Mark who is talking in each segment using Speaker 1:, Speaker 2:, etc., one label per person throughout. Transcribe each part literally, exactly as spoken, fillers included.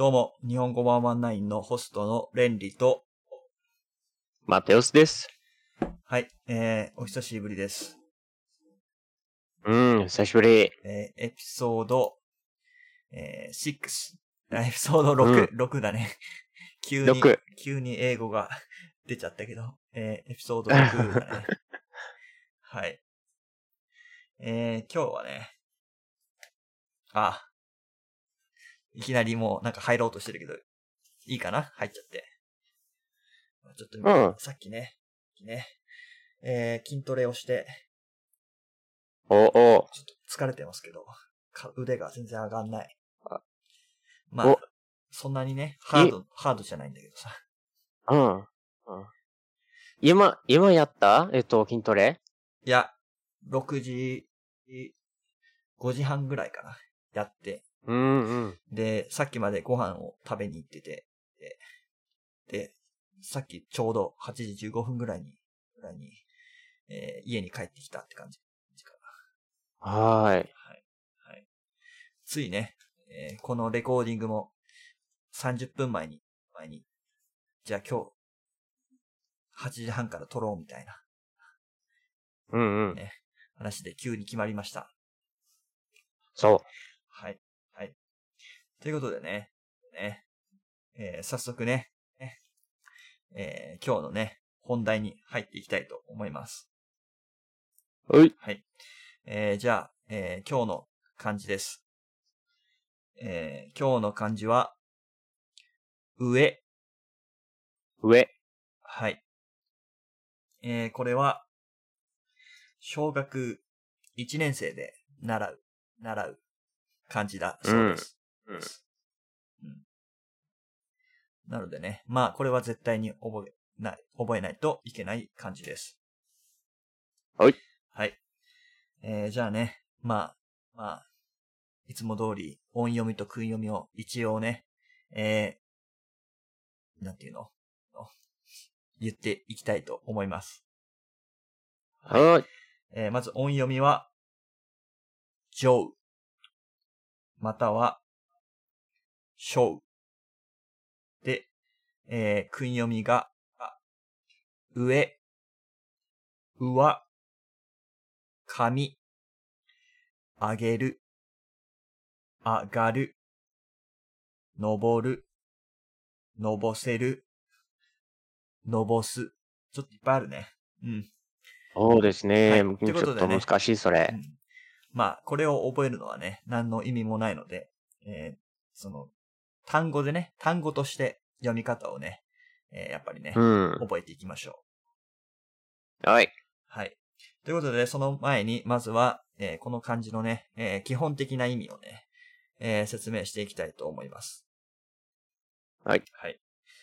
Speaker 1: どうも、日本語ワンワンナインのホストのレンリと、
Speaker 2: マテオスです。
Speaker 1: はい、えー、お久しぶりです。
Speaker 2: うん、久しぶり。
Speaker 1: えー、エピソード、えー、ろく、エピソードろく、うん、ろくだね。急に、ろく急に英語が出ちゃったけど、えー、エピソードろくだね。はい。えー、今日はね、あ、いきなりもうなんか入ろうとしてるけど、いいかな入っちゃって。ちょっと、うん、さっきね、ね、えー、筋トレをして、
Speaker 2: おお。ちょっ
Speaker 1: と疲れてますけど、腕が全然上がんない。まあ、そんなにね、ハード、ハードじゃないんだけどさ。
Speaker 2: うん。うん、今、今やったえっと、筋トレ？
Speaker 1: いや、ろくじ、ごじはんぐらいかな。やって。
Speaker 2: うんうん。
Speaker 1: で、さっきまでご飯を食べに行ってて、で、でさっきちょうどはちじじゅうごふんぐらいに、ぐらいに、えー、家に帰ってきたって感じか
Speaker 2: な。はーい。はい。
Speaker 1: はい。ついね、えー、このレコーディングもさんじゅっぷんまえに、前に、じゃあ今日、はちじはんから撮ろうみたいな。
Speaker 2: うんうん。
Speaker 1: ね、話で急に決まりました。
Speaker 2: そう。
Speaker 1: はい。はい。ということでね、ね、えー、早速ね、ねえー、今日のね、本題に入っていきたいと思います。
Speaker 2: はい。
Speaker 1: はい。えー、じゃあ、えー、今日の漢字です。えー、今日の漢字は、上。
Speaker 2: 上。
Speaker 1: はい。えー、これは、小学いちねん生で習う、習う漢字だそうです。うん。うんうん、なのでね、まあ、これは絶対に覚えない、覚えないといけない漢字です。
Speaker 2: はい。
Speaker 1: はい。えー、じゃあね、まあ、まあ、いつも通り音読みと訓読みを一応ね、えー、なんていうの言っていきたいと思います。
Speaker 2: はい。はい、
Speaker 1: えー、まず音読みは、ジョウ、または、ショウ。で、えー、訓読みが、上、上、上、上げる、上がる、登る、のぼせる、のぼす。ちょっといっぱいあるね。うん。
Speaker 2: そうですね。
Speaker 1: はい。
Speaker 2: ということでね。ちょっと難しい、それ。うん、
Speaker 1: まあ、これを覚えるのはね、何の意味もないので、えー、その、単語でね、単語として読み方をね、えー、やっぱりね、うん、覚えていきましょ
Speaker 2: う。はい。
Speaker 1: はい。ということで、その前に、まずは、えー、この漢字のね、えー、基本的な意味をね、えー、説明していきたいと思います。
Speaker 2: はい。
Speaker 1: はい。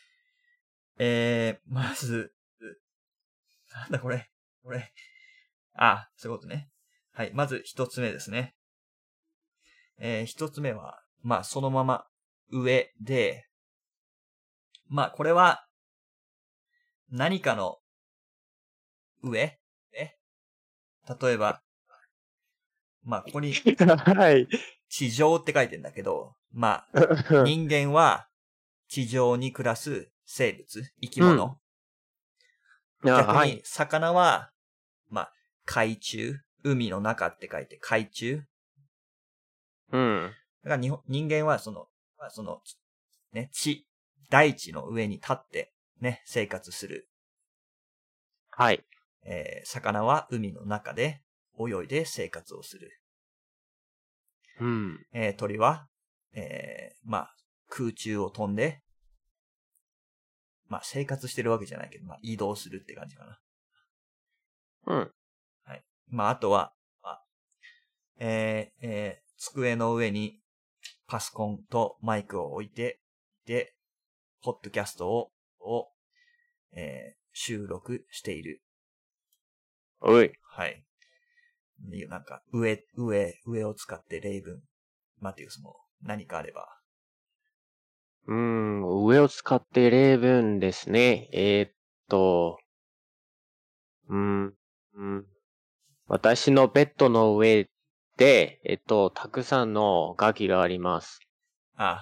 Speaker 1: えー、まず、なんだこれ、これ。あ、そういうことね。はい。まず一つ目ですね。えー、一つ目は、まあ、そのまま上で、まあ、これは、何かの上え例えば、まあ、ここに、はい。地上って書いてんだけど、まあ、人間は地上に暮らす生物、生き物。うん、逆に、魚は、まあ、海中、海の中って書いて海中。うん。だから人間はその、その、ね、地、大地の上に立ってね、生活する。はい。えー、魚は海の中で泳いで生活をする。うん。えー、鳥は、えー、まあ、空中を飛んで、まあ、生活してるわけじゃないけど、まあ、移動するって感じかな。うん。はい。まあ、あとは、まあ、えー、えー、机の上にパソコンとマイクを置いて、で、ポッドキャストを、を、えー、収録している。おい。はい。なんか、上、上、上を使って例文。マティウスも何かあれば。
Speaker 2: うーん、上を使って例文ですね。えー、っと、うーん、うん、私のベッドの上で、えっと、たくさんのガキがあります。
Speaker 1: ああ、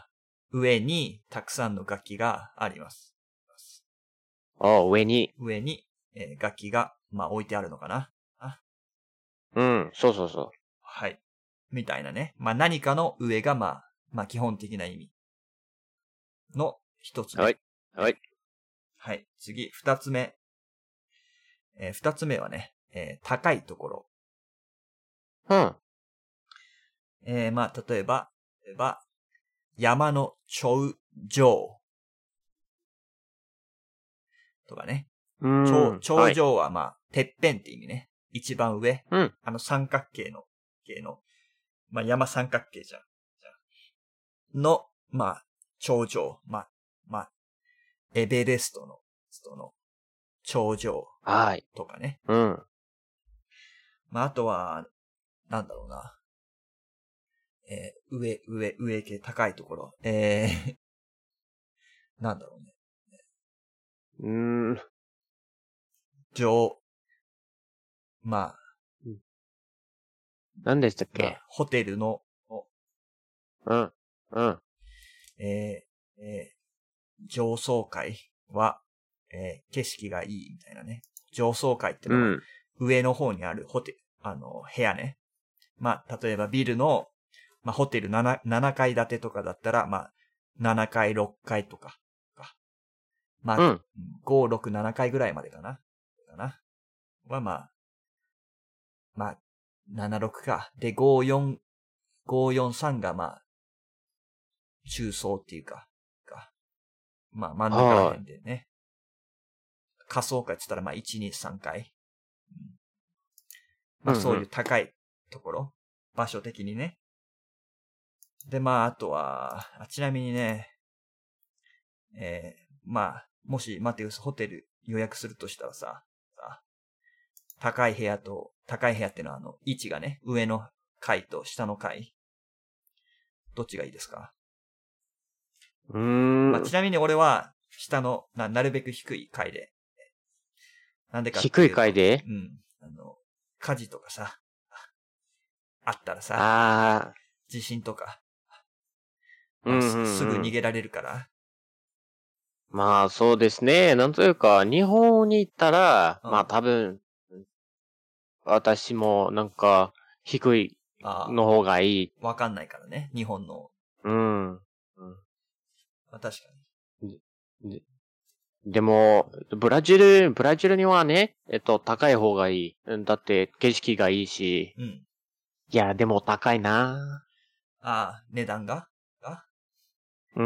Speaker 1: 上にたくさんの楽器があります。
Speaker 2: あ、上に。
Speaker 1: 上に、えー楽器が、まあ置いてあるのかな。あ、
Speaker 2: うん、そうそうそ
Speaker 1: はい。みたいなね。まあ何かの上がまあ、まあ基本的な意味の一つ
Speaker 2: う。
Speaker 1: 目。
Speaker 2: はい。はい。
Speaker 1: はい。次、二つ目。えー二つ目はね、えー高いところ。
Speaker 2: うん。
Speaker 1: えーまあ例えば、例えば、山の頂上とかね。
Speaker 2: う
Speaker 1: 頂、
Speaker 2: ん。はい。
Speaker 1: 頂上はまあ、てっぺんって意味ね。一番上。
Speaker 2: うん。
Speaker 1: あの三角形の、形の、まあ山三角形じゃん。じゃんの、まあ、頂上。まあ、まあ、エベレストの、その、頂上
Speaker 2: はい。
Speaker 1: とかね。
Speaker 2: うん。
Speaker 1: まああとは、なんだろうな。えー上、上、上系高いところ。えー、なんだろうね。
Speaker 2: うーん。
Speaker 1: 上、まあ、
Speaker 2: 何でしたっ
Speaker 1: まあ
Speaker 2: け？、
Speaker 1: ホテルの、
Speaker 2: うん。うん。
Speaker 1: えーえー上層階は、えー景色がいいみたいなね。上層階ってのは、
Speaker 2: うん。
Speaker 1: 上の方にあるホテル、あの、部屋ね。まあ、例えばビルの、まあ、ホテルなな、ななかい建てとかだったら、まあ、ななかい、ろっかいとか、かまあ、
Speaker 2: うん。
Speaker 1: ご、ろく、ななかいぐらいまでかな。かな。は、まあ、まあ、なな、ろくか。で、ご、よん、ご、よん、さんが、まあ、中層っていうか、かまあ、真ん中ら
Speaker 2: は
Speaker 1: 辺でね。仮想階って言ったら、まあ、いち、に、さんかい。うん
Speaker 2: い。
Speaker 1: まあ、
Speaker 2: うん。
Speaker 1: そういう
Speaker 2: うん。
Speaker 1: 高いところ。場所的にね。で、まあ、あとは、あちなみにね、えー、まあ、もし、マテウスホテル予約するとしたらさ、さ高い部屋と、高い部屋っていうのはあの、位置がね、上の階と下の階。どっちがいいですか？
Speaker 2: うー
Speaker 1: まあ、
Speaker 2: ん。
Speaker 1: ちなみに俺は、下の、な、なるべく低い階で。なんでかって
Speaker 2: 低い
Speaker 1: いうと、
Speaker 2: 階で？
Speaker 1: うん。あの、火事とかさ、あったらさ、
Speaker 2: ああ。
Speaker 1: 地震とか、まあ、
Speaker 2: うんう
Speaker 1: す、すぐ
Speaker 2: んうん。
Speaker 1: 逃げられるから。
Speaker 2: まあ、そうですね。なんというか、日本に行ったら、まあ
Speaker 1: うん。
Speaker 2: 多分、私もなんか、低い
Speaker 1: あ
Speaker 2: の方がいい。
Speaker 1: あ、わかんないからね。日本の。
Speaker 2: うん。うん
Speaker 1: まあ、確か
Speaker 2: でででも、ブラジル、ブラジルにはね、えっと、高い方がいい。うんだって景色がいいし。
Speaker 1: に。うん。
Speaker 2: いや、でも高いな。
Speaker 1: ああ、値段がが
Speaker 2: うん。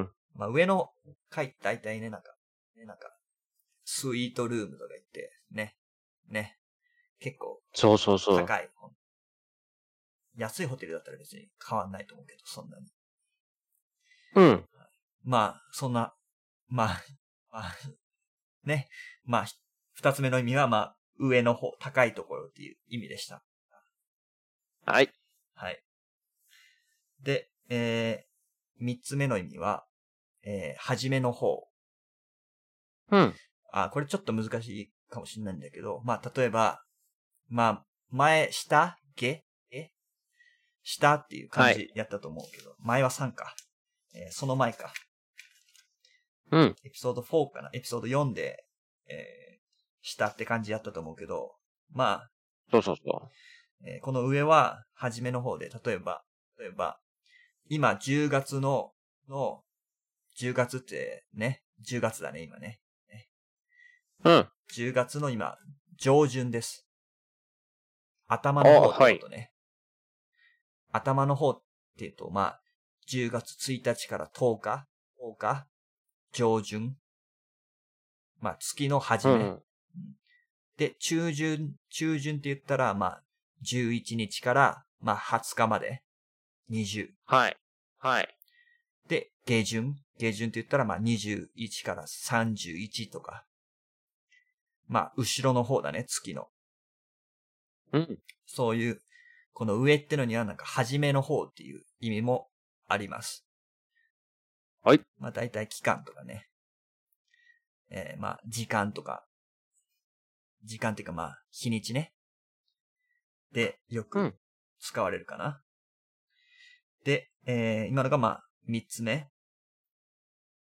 Speaker 1: まあ、上の階って大体ね、なんか、ね、なんか、スイートルームとか言って、ね、ね、結構
Speaker 2: そうそうそう。
Speaker 1: 高い。安いホテルだったら別に変わんないと思うけど、そんなに。
Speaker 2: うん。
Speaker 1: まあ、そんな、まあ、まあ、ね、まあ、二つ目の意味は、まあ、上の方、高いところっていう意味でした。
Speaker 2: はい。
Speaker 1: はい。で、えー、三つ目の意味は、えー、初めの方。
Speaker 2: うん。
Speaker 1: あ、これちょっと難しいかもしれないんだけど、まあ、例えば、まあ、前、下、下、え下っていう感
Speaker 2: はい。
Speaker 1: じやったと思うけど、前はさんか。えーその前か。
Speaker 2: うん。
Speaker 1: エピソードフォーかな。エピソードよんで、えー、下って感じやったと思うけど、まあ、
Speaker 2: そうそうそ
Speaker 1: えーこの上は、初めの方で、例えば、例えば、今、じゅうがつの、の、じゅうがつってね、じゅうがつだね、今ね。ね
Speaker 2: う。うん。
Speaker 1: じゅうがつの今、上旬です。頭
Speaker 2: あ、
Speaker 1: の方って
Speaker 2: はい。
Speaker 1: ことね。頭の方って言うと、まあ、じゅうがつついたちからとおか、とおか、上旬。まあ、月の初め。
Speaker 2: うんうん。
Speaker 1: うんで、中旬、中旬って言ったら、まあ、じゅういちにちから、まあ、はつかまで、にじゅう。
Speaker 2: はい。はい。
Speaker 1: で、下旬。下旬って言ったら、まあ、にじゅういちからさんじゅういちとか。まあ、後ろの方だね、月の。
Speaker 2: うん。
Speaker 1: そういう、この上ってのにはなんか、初めの方っていう意味もあります。
Speaker 2: はい。
Speaker 1: まあ、大体期間とかね。えー、まあ、時間とか。時間っていうか、まあ、日にちね。で、よく
Speaker 2: うん。
Speaker 1: 使われるかな。で、えー、今のがまあ、三つ目。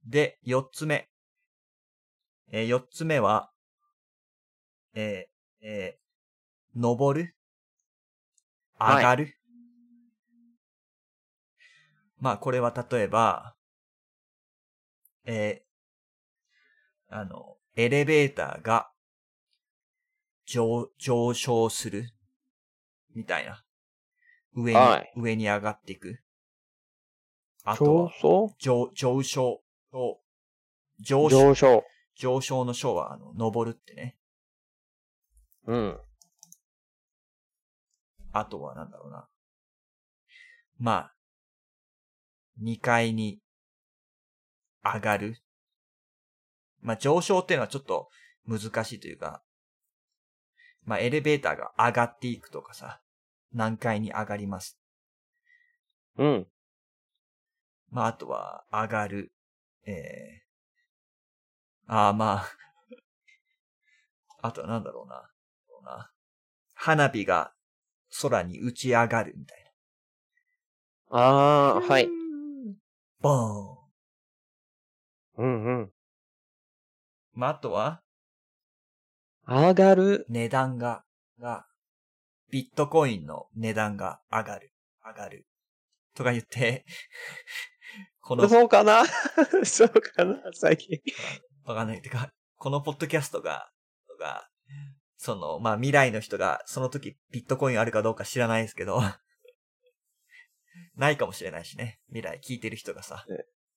Speaker 1: で、四つ目。えー、四つ目は、えー、えー、登る上がる、はい、まあ、これは例えば、えー、あの、エレベーターが上、上昇するみたいな。上に、はい、上に上がっていく。あとは、上、上昇と、上昇。上昇。上昇の昇は、あの、登るってね。
Speaker 2: うん。
Speaker 1: あとは、なんだろうな。まあ、にかいに上がる。まあ、上昇っていうのはちょっと難しいというか、まあ、エレベーターが上がっていくとかさ、何階に上がります。
Speaker 2: うん。
Speaker 1: まあ、あとは、上がる。ええー、ああ、まあ。あとはなんだろうな。な花火が空に打ち上がるみたい
Speaker 2: な。ああ、はい。
Speaker 1: ボ
Speaker 2: ーン。うんうん。
Speaker 1: まあ、あとは、
Speaker 2: 上がる。
Speaker 1: 値段が、が、ビットコインの値段が上がる。上がる。とか言って、
Speaker 2: この、そうかなそうかな最近。
Speaker 1: わかんない。てか、このポッドキャストが、が、その、まあ、未来の人が、その時ビットコインあるかどうか知らないですけど、ないかもしれないしね。未来聞いてる人がさ。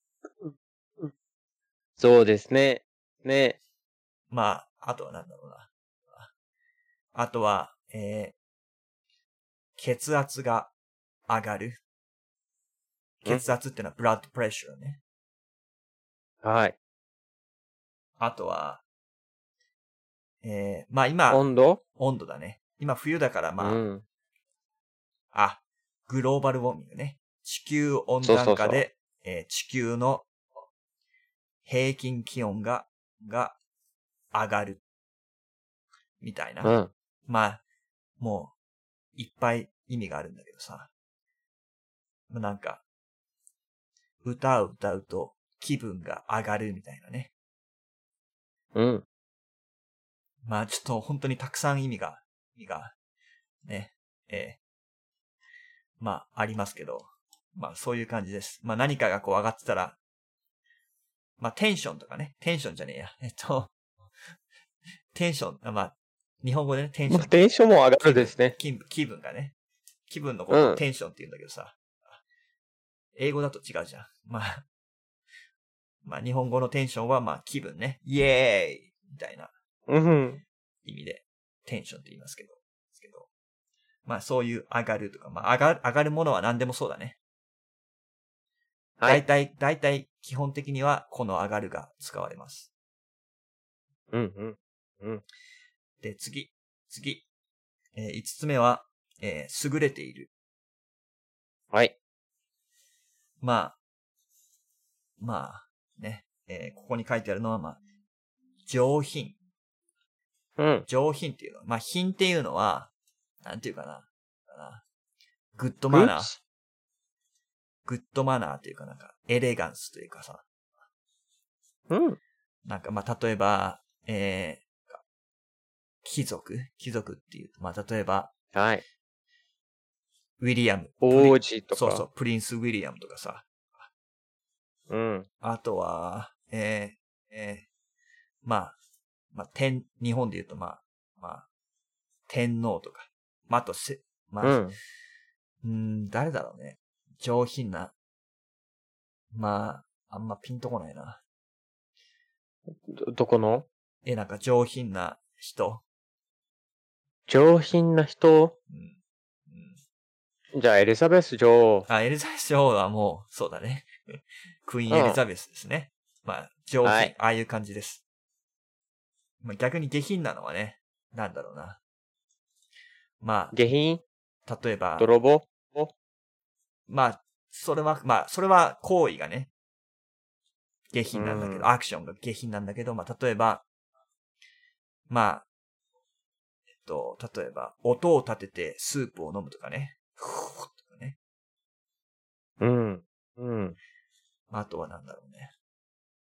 Speaker 2: そうですね。ね。
Speaker 1: まあ、あとはなんだろうな。あとは、えー、血圧が上がる。血圧ってのはブラッドプレッシャーね。
Speaker 2: はい。
Speaker 1: あとは、えー、まあ今、
Speaker 2: 温度
Speaker 1: 温度だね。今冬だからまあ、
Speaker 2: うん、
Speaker 1: あ、グローバルウォーミングね。地球温暖化で、そうそうそうえー、地球の平均気温が、が上がる。みたいな。
Speaker 2: うん。
Speaker 1: まあ、もう、いっぱい意味があるんだけどさ。なんか、歌を歌うと気分が上がるみたいなね。
Speaker 2: うん。
Speaker 1: まあちょっと本当にたくさん意味が、意味が、ね、えー、まあありますけど、まあそういう感じです。まあ何かがこう上がってたら、まあテンションとかね、テンションじゃねえや。えっと、テンション、まあ日本語でね、テンション。まあ、
Speaker 2: テンションも上がるですね。
Speaker 1: 気分、気分がね。気分のことをテンションって言うんだけどさ。うん、英語だと違うじゃん。まあ、まあ日本語のテンションはまあ気分ね。イエーイみたいな意味でテンションって言いますけど。ですけどまあそういう上がるとか、まあ上がる、上がるものは何でもそうだね。はい。だいたい、だいたい基本的にはこの上がるが使われます。
Speaker 2: うんうん。うん。
Speaker 1: で、次、次。えー、五つ目は、えー、優れている。
Speaker 2: はい。
Speaker 1: まあ、まあ、ね。えー、ここに書いてあるのは、まあ、上品。
Speaker 2: うん。
Speaker 1: 上品っていうのは、まあ、品っていうのは、なんていうかな。かなグッドマナー。グッドマナーというかなんか、エレガンスというかさ。
Speaker 2: うん。
Speaker 1: なんか、まあ、例えば、えー、貴族貴族っていうと、まあ、例えば、
Speaker 2: はい。
Speaker 1: ウィリアム。
Speaker 2: 王子とか。
Speaker 1: そうそう、プリンス・ウィリアムとかさ。
Speaker 2: うん。
Speaker 1: あとは、えー、えー、まあ、まあ、天、日本で言うと、まあ、まあ、天皇とか。まあ、あとせ、まあ、うん、うーん、誰だろうね。上品な。まあ、あんまピンとこないな。
Speaker 2: ど、どこの
Speaker 1: え、なんか上品な人。
Speaker 2: 上品な人、うんうん、じゃあ、エリザベス女王。
Speaker 1: あ、エリザベス女王はもう、そうだね。クイーンエリザベスですね。うん、まあ、上品、はい、ああいう感じです。まあ、逆に下品なのはね、なんだろうな。まあ、
Speaker 2: 下品
Speaker 1: 例えば、
Speaker 2: 泥棒
Speaker 1: まあ、それは、まあ、それは行為がね、下品なんだけど、アクションが下品なんだけど、まあ、例えば、まあ、えっと、例えば、音を立ててスープを飲むとかね。ふーとかね。
Speaker 2: うん。うん。
Speaker 1: あとはなんだろうね。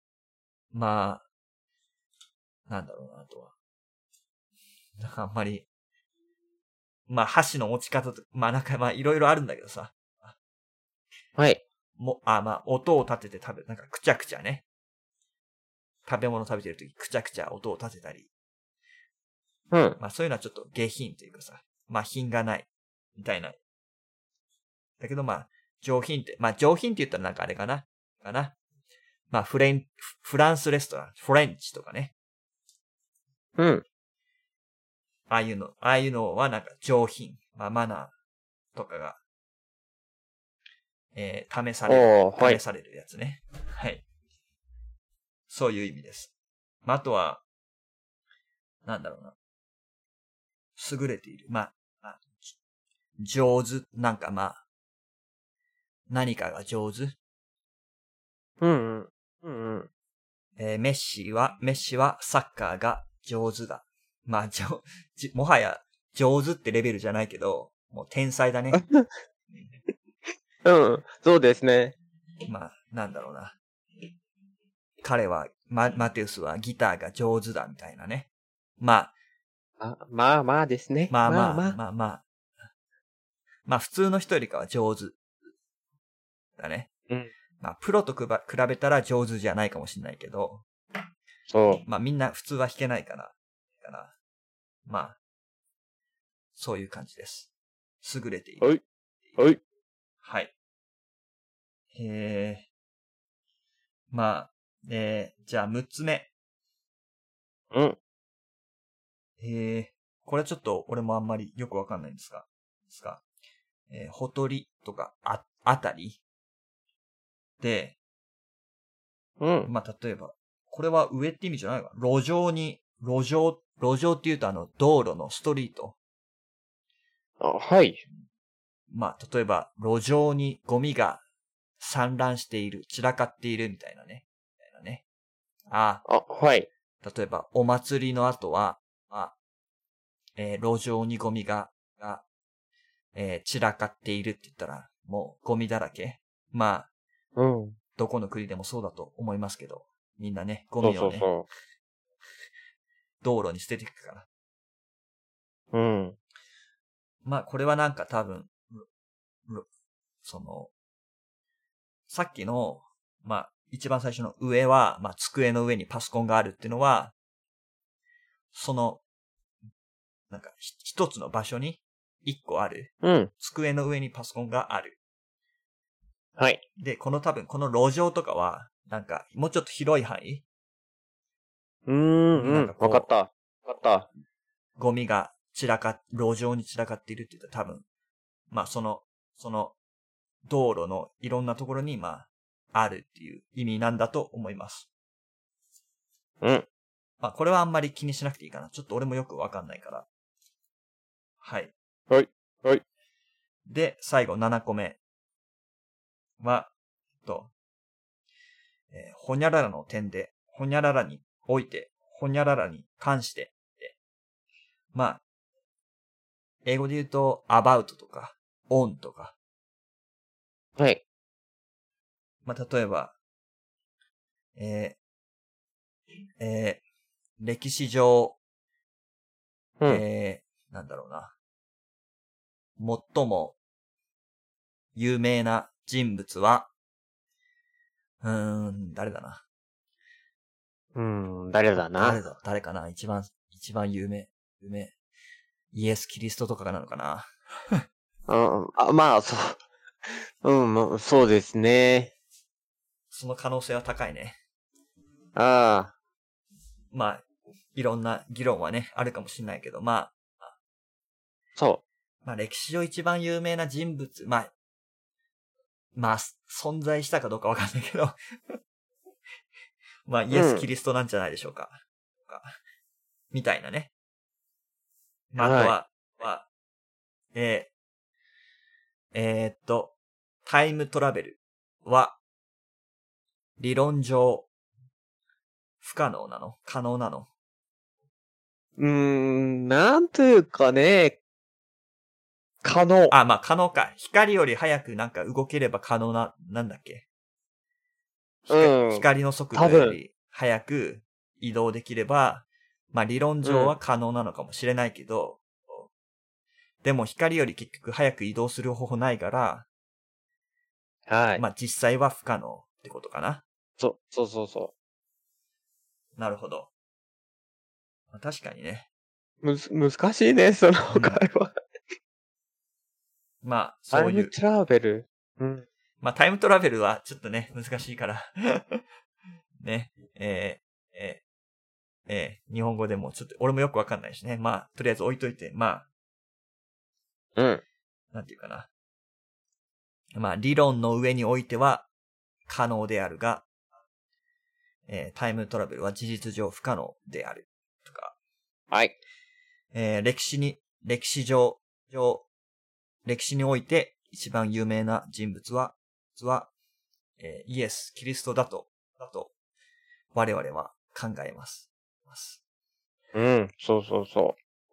Speaker 1: まあ、なんだろうな、あとは。なんかあんまり、まあ箸の持ち方とか、まあなんかまあいろいろあるんだけどさ。
Speaker 2: はい。
Speaker 1: も、あ、まあ音を立てて食べる。なんかくちゃくちゃね。食べ物食べてるときくちゃくちゃ音を立てたり。
Speaker 2: うん。
Speaker 1: まあそういうのはちょっと下品というかさ。まあ品がない。みたいな。だけどまあ上品って、まあ上品って言ったらなんかあれかな。かな。まあフレン、フランスレストラン、フレンチとかね。
Speaker 2: うん。
Speaker 1: ああいうの、ああいうのはなんか上品。まあマナーとかが、えー、試される。
Speaker 2: おー、はい。
Speaker 1: 試されるやつね。はい。そういう意味です。まああとは、なんだろうな。優れている。まあ、あ上手。なんかまあ、何かが上手。
Speaker 2: うんうん。うんうん。
Speaker 1: えーメッシは、メッシはサッカーが上手だ。まあ、じょ、じもはや上手ってレベルじゃないけど、もう天才だね。
Speaker 2: うん。そうですね。
Speaker 1: まあ、なんだろうな。彼は、マ、マテウスはギターが上手だみたいなね。まあ、
Speaker 2: あ、まあまあですね。
Speaker 1: まあまあ、
Speaker 2: まあまあ。
Speaker 1: まあまあ。まあ普通の人よりかは上手だね。
Speaker 2: うん。
Speaker 1: まあプロと比べたら上手じゃないかもしれないけど、
Speaker 2: そ
Speaker 1: まあみんな普通は弾けないから、かな。まあ、そういう感じです。優れている。
Speaker 2: はい。はい。
Speaker 1: はい。えー、まあ、えー、じゃあむっつめ。
Speaker 2: うん。
Speaker 1: えー、これちょっと俺もあんまりよくわかんないんですが、ですが、えー、ほとりとか、あ、あたりで、
Speaker 2: うん。
Speaker 1: まあ例えば、これは上って意味じゃないか。路上に、路上、路上って言うとあの、道路のストリート。
Speaker 2: あ、はい。
Speaker 1: まあ例えば、路上にゴミが散乱している、散らかっているみたいなね。みたいなね。あ
Speaker 2: あ、はい。
Speaker 1: あ、例えば、お祭りの後は、あ、えー路上にゴミが、が、えー散らかっているって言ったら、もうゴミだらけ。まあ、
Speaker 2: うん。
Speaker 1: どこの国でもそうだと思いますけど、みんなね、ゴ
Speaker 2: そう
Speaker 1: ミをね、
Speaker 2: そうそ
Speaker 1: 道路に捨てていくから。
Speaker 2: う。うん。
Speaker 1: まあ、これはなんか多分、その、さっきの、まあ、一番最初の上は、まあ、机の上にパソコンがあるっていうのは、その、なんか、一つの場所に一個ある。
Speaker 2: うん。
Speaker 1: 机の上にパソコンがある。
Speaker 2: はい。
Speaker 1: で、この多分、この路上とかは、なんか、もうちょっと広い範囲
Speaker 2: うーん、
Speaker 1: になん
Speaker 2: うん。わかっ
Speaker 1: かこ
Speaker 2: た。わかった。
Speaker 1: う、ゴミが散らかっ、路上に散らかっているって言ったら多分、まあ、その、その、道路のいろんなところに、まあ、あるっていう意味なんだと思います。
Speaker 2: うん。
Speaker 1: まあ、これはあんまり気にしなくていいかな。ちょっと俺もよくわかんないから。はい。
Speaker 2: はい。はい。
Speaker 1: で、最後ななこめは、えっと、えーほにゃららの点で、ほにゃららにおいて、ほにゃららに関して、でまあ、英語で言うと、about とか、on とか、
Speaker 2: はい。
Speaker 1: まあ、例えば、えーえー歴史上、
Speaker 2: うん。
Speaker 1: えー、なんだろうな、最も有名な人物は、うーん、誰だな。
Speaker 2: うーん、誰だな。
Speaker 1: 誰だ、誰かな一番、一番有名、有名。イエス・キリストとかなのかな。
Speaker 2: うん、あ、まあ、そう。うん、まあそうですね。
Speaker 1: その可能性は高いね。
Speaker 2: ああ、
Speaker 1: まあ、いろんな議論はね、あるかもしれないけど、まあ、
Speaker 2: そ
Speaker 1: まあ歴史上一番有名な人物、まあ、まあ、存在したかどうかわかんないけど、まあ、イ
Speaker 2: う。う
Speaker 1: エス・キ
Speaker 2: ん。
Speaker 1: リストなんじゃないでしょうか。みたいなね。まあ、あと
Speaker 2: はい。
Speaker 1: は、は、えー、えーっと、タイムトラベルは、理論上、不可能なの可能なの
Speaker 2: うーん、なんというかね、可能。
Speaker 1: あ、まあ可能か。光より早くなんか動ければ可能な、なんだっけ
Speaker 2: う
Speaker 1: 光
Speaker 2: ん。
Speaker 1: 光の速度
Speaker 2: 多分。
Speaker 1: より早く移動できれば、まあ理論上は可能なのかもしれないけど、うん、でも光より結局早く移動する方法ないから、
Speaker 2: はい。
Speaker 1: まあ実際は不可能ってことかな。
Speaker 2: そう、そうそうそ
Speaker 1: なるほど。まあ、確かにね。
Speaker 2: う。むず、難しいね、その会話。
Speaker 1: うん、まあ、
Speaker 2: タ
Speaker 1: そういう。
Speaker 2: イムトラベル。うん。
Speaker 1: まあ、タイムトラベルはちょっとね、難しいから。ね。えー、えー、えー、日本語でもちょっと、俺もよくわかんないしね。まあ、とりあえず置いといて、まあ、
Speaker 2: うん。
Speaker 1: なんていうかな。まあ、理論の上においては可能であるが、えー、タイムトラベルは事実上不可能である。とか。
Speaker 2: はい。
Speaker 1: えー、歴史に、歴史上、上、歴史において一番有名な人物は、は、えー、イエス、キリストだと、だと、我々は考えます。
Speaker 2: うん、そうそうそう。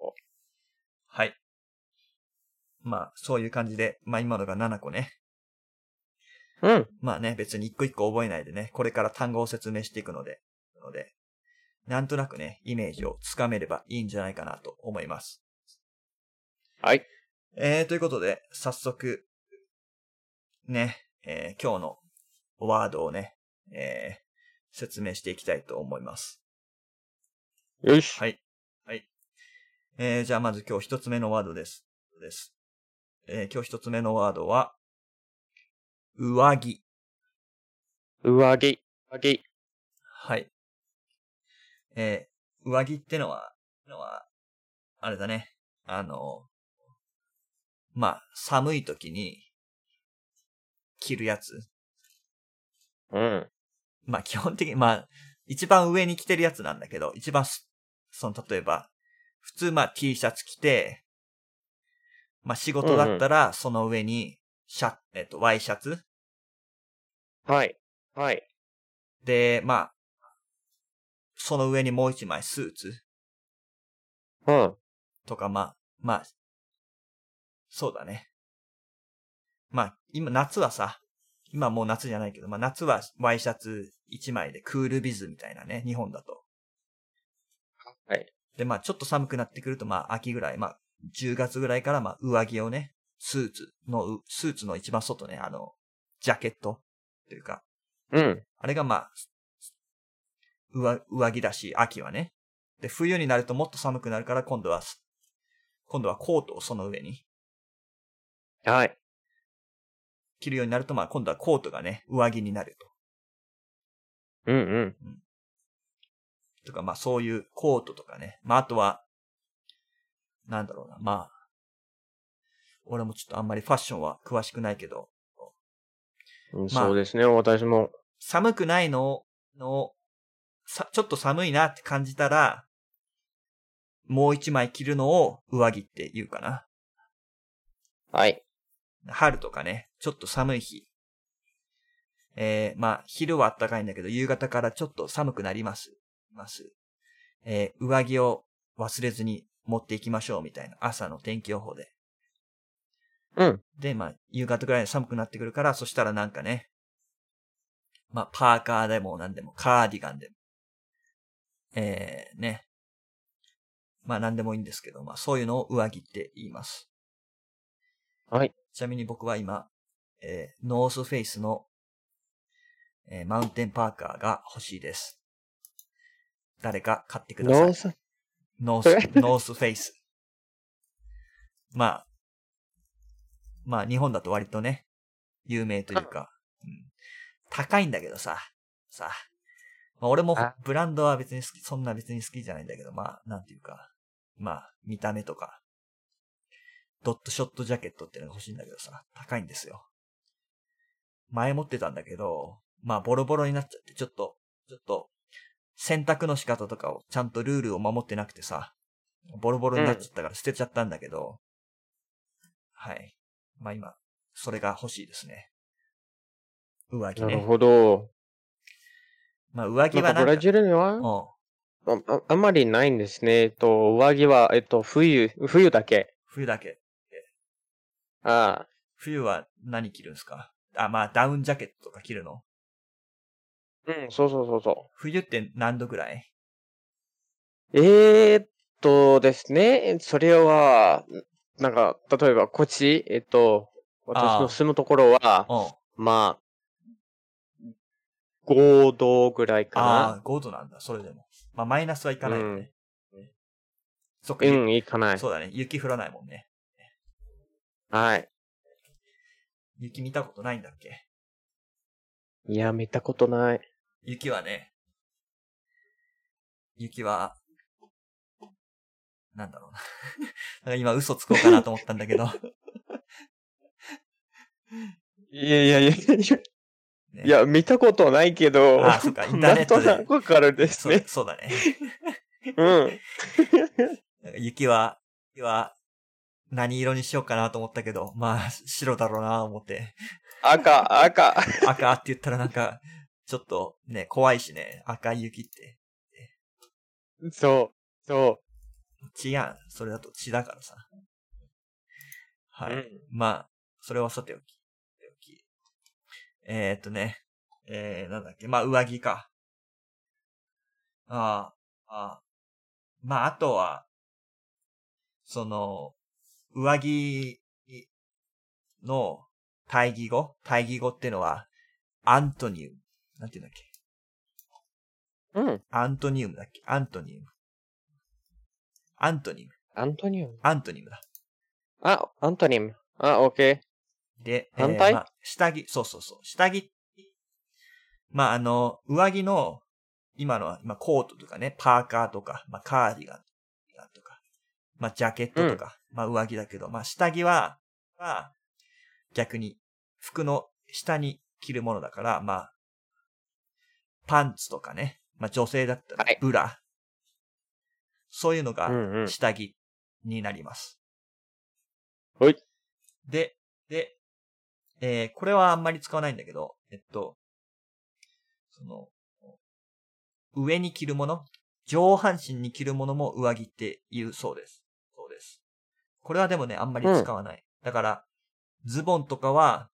Speaker 1: はい。まあ、そういう感じで、まあ今のがななこね。
Speaker 2: うん。
Speaker 1: まあね、別に一個一個覚えないでね、これから単語を説明していくので、ので、なんとなくね、イメージをつかめればいいんじゃないかなと思います。
Speaker 2: はい。
Speaker 1: えー、ということで、早速、ね、えー、今日のワードをね、えー、説明していきたいと思います。
Speaker 2: よし。
Speaker 1: はい。はい。えー、じゃあまず今日一つ目のワードです。です。えー、今日一つ目のワードは、上着。
Speaker 2: 上着。上着。
Speaker 1: はい。えー、上着ってのは、のは、あれだね。あの、まあ、寒い時に着るやつ。
Speaker 2: うん。
Speaker 1: まあ、基本的に、まあ、一番上に着てるやつなんだけど、一番す、その、例えば、普通まあ T シャツ着て、まあ仕事だったら、その上に、シャ、えっと、ワイシャツ。
Speaker 2: はい。はい。
Speaker 1: で、まあ、その上にもう一枚スーツ。
Speaker 2: うん。
Speaker 1: とか、まあ、まあ、そうだね。まあ、今、夏はさ、今もう夏じゃないけど、まあ夏はワイシャツ一枚でクールビズみたいなね、日本だと。
Speaker 2: はい。
Speaker 1: で、まあちょっと寒くなってくると、まあ秋ぐらい、まあじゅうがつぐらいからまあ上着をね、スーツの、スーツの一番外ね、あの、ジャケットというか、
Speaker 2: うん。
Speaker 1: あれがまあ、上、上着だし、秋はね。で、冬になるともっと寒くなるから今度は、今度はコートをその上に
Speaker 2: はい。
Speaker 1: 着るようになると、まあ今度はコートがね、上着になると。
Speaker 2: うんうん。
Speaker 1: うん。とか、まあそういうコートとかね。まああとは、なんだろうな。まあ、俺もちょっとあんまりファッションは詳しくないけど、
Speaker 2: うん、
Speaker 1: まあ、
Speaker 2: そうですね、私も。
Speaker 1: 寒くないのの、さ、ちょっと寒いなって感じたら、もう一枚着るのを上着って言うかな。
Speaker 2: はい。
Speaker 1: 春とかね、ちょっと寒い日。えー、まあ、昼は暖かいんだけど、夕方からちょっと寒くなります。ます。えー、上着を忘れずに持っていきましょうみたいな朝の天気予報で。
Speaker 2: うん。
Speaker 1: で、まあ、夕方ぐらい寒くなってくるから、そしたらなんかね、まあ、パーカーでもなんでも、カーディガンでも、えー、ね。まあ、なんでもいいんですけど、まあ、そういうのを上着って言います。
Speaker 2: はい。
Speaker 1: ちなみに僕は今、えー、ノースフェイスの、えー、マウンテンパーカーが欲しいです。誰か買ってください。
Speaker 2: ノース、
Speaker 1: ノース、ノースフェイス。まあ、まあ日本だと割とね、有名というか、うん、高いんだけどさ、さ、まあ、俺もブランドは別に好き、そんな別に好きじゃないんだけど、まあ、なんていうか、まあ、見た目とか、ドットショットジャケットっていうのが欲しいんだけどさ、高いんですよ。前持ってたんだけど、まあ、ボロボロになっちゃって、ちょっと、ちょっと、洗濯の仕方とかをちゃんとルールを守ってなくてさ、ボロボロになっちゃったから捨てちゃったんだけど、はい。まあ今、それが欲しいですね。上着ね。
Speaker 2: なるほど。
Speaker 1: まあ上着はなんか、
Speaker 2: なんかブラジルには、あ、あ、あんまりないんですね。えっと、上着は、えっと、冬、冬だけ。
Speaker 1: 冬だけ。
Speaker 2: ああ。
Speaker 1: 冬は何着るんですか？あ、まあダウンジャケットとか着るの？
Speaker 2: うん、そうそうそうそ
Speaker 1: 冬って何度ぐらい？
Speaker 2: う。えーっとですね、それは、なんか、例えばこっち、えっと、私の
Speaker 1: あ
Speaker 2: 住むところは、
Speaker 1: あ、うん。
Speaker 2: まあ、ごどぐらいか
Speaker 1: ああ、
Speaker 2: な。
Speaker 1: ごどなんだ、それでも。まあ、マイナスはいか
Speaker 2: うん。
Speaker 1: ないのね。そっか、ゆ、
Speaker 2: うん、行かない。
Speaker 1: そうだね。雪降らないもんね。
Speaker 2: はい。
Speaker 1: 雪見たことないんだっけ？
Speaker 2: いや、見たことない。
Speaker 1: 雪はね、雪は、なんだろうな。なんか今嘘つこうかなと思ったんだけど。
Speaker 2: いやいやいやいや。い
Speaker 1: ね。
Speaker 2: や、見たことないけど、
Speaker 1: ああ、そっか、インター
Speaker 2: なんとな
Speaker 1: ネットで。
Speaker 2: くわかるです
Speaker 1: そうだ、
Speaker 2: ね。
Speaker 1: そうだね。
Speaker 2: うん。
Speaker 1: なんか雪は、雪は何色にしようかなと思ったけど、まあ、白だろうなと思って。
Speaker 2: 赤、赤。
Speaker 1: 赤って言ったらなんか、ちょっとね、怖いしね、赤い雪って。
Speaker 2: そう、そ
Speaker 1: 血やん。それだと血だからさ。
Speaker 2: う。
Speaker 1: はい。
Speaker 2: うん。
Speaker 1: まあ、それはさておき。さておきえー、っとね、えー、なんだっけ。まあ、上着か。ああ、ああ。まあ、あとは、その、上着の対義語対義語ってのは、アントニウム。なんて言うんだっけ。
Speaker 2: うん。
Speaker 1: アントニウムだっけ。アントニウム。アントニウム。
Speaker 2: アントニウム。
Speaker 1: アントニウムだ。
Speaker 2: あ、アントニム。あ、オッケー。
Speaker 1: で、えー、ま
Speaker 2: 反対
Speaker 1: あ、下着、そうそうそう。下着、まあ、あの、上着の、今のは、今、コートとかね、パーカーとか、まあ、カーディガンとか、まあ、ジャケッ
Speaker 2: うん。
Speaker 1: トとか、まあ、上着だけど、まあ、下着は、は、逆に、服の下に着るものだから、まあ、パンツとかね、まあ、女性だったら、
Speaker 2: はい。
Speaker 1: ブラ、そういうのが、
Speaker 2: うんうん。
Speaker 1: 下着になります。
Speaker 2: ほい。
Speaker 1: で、で、えー、これはあんまり使わないんだけど、えっと、その、上に着るもの、上半身に着るものも上着って言うそうです。そうです。これはでもね、あんまり
Speaker 2: うん。
Speaker 1: 使わない。だから、ズボンとかは、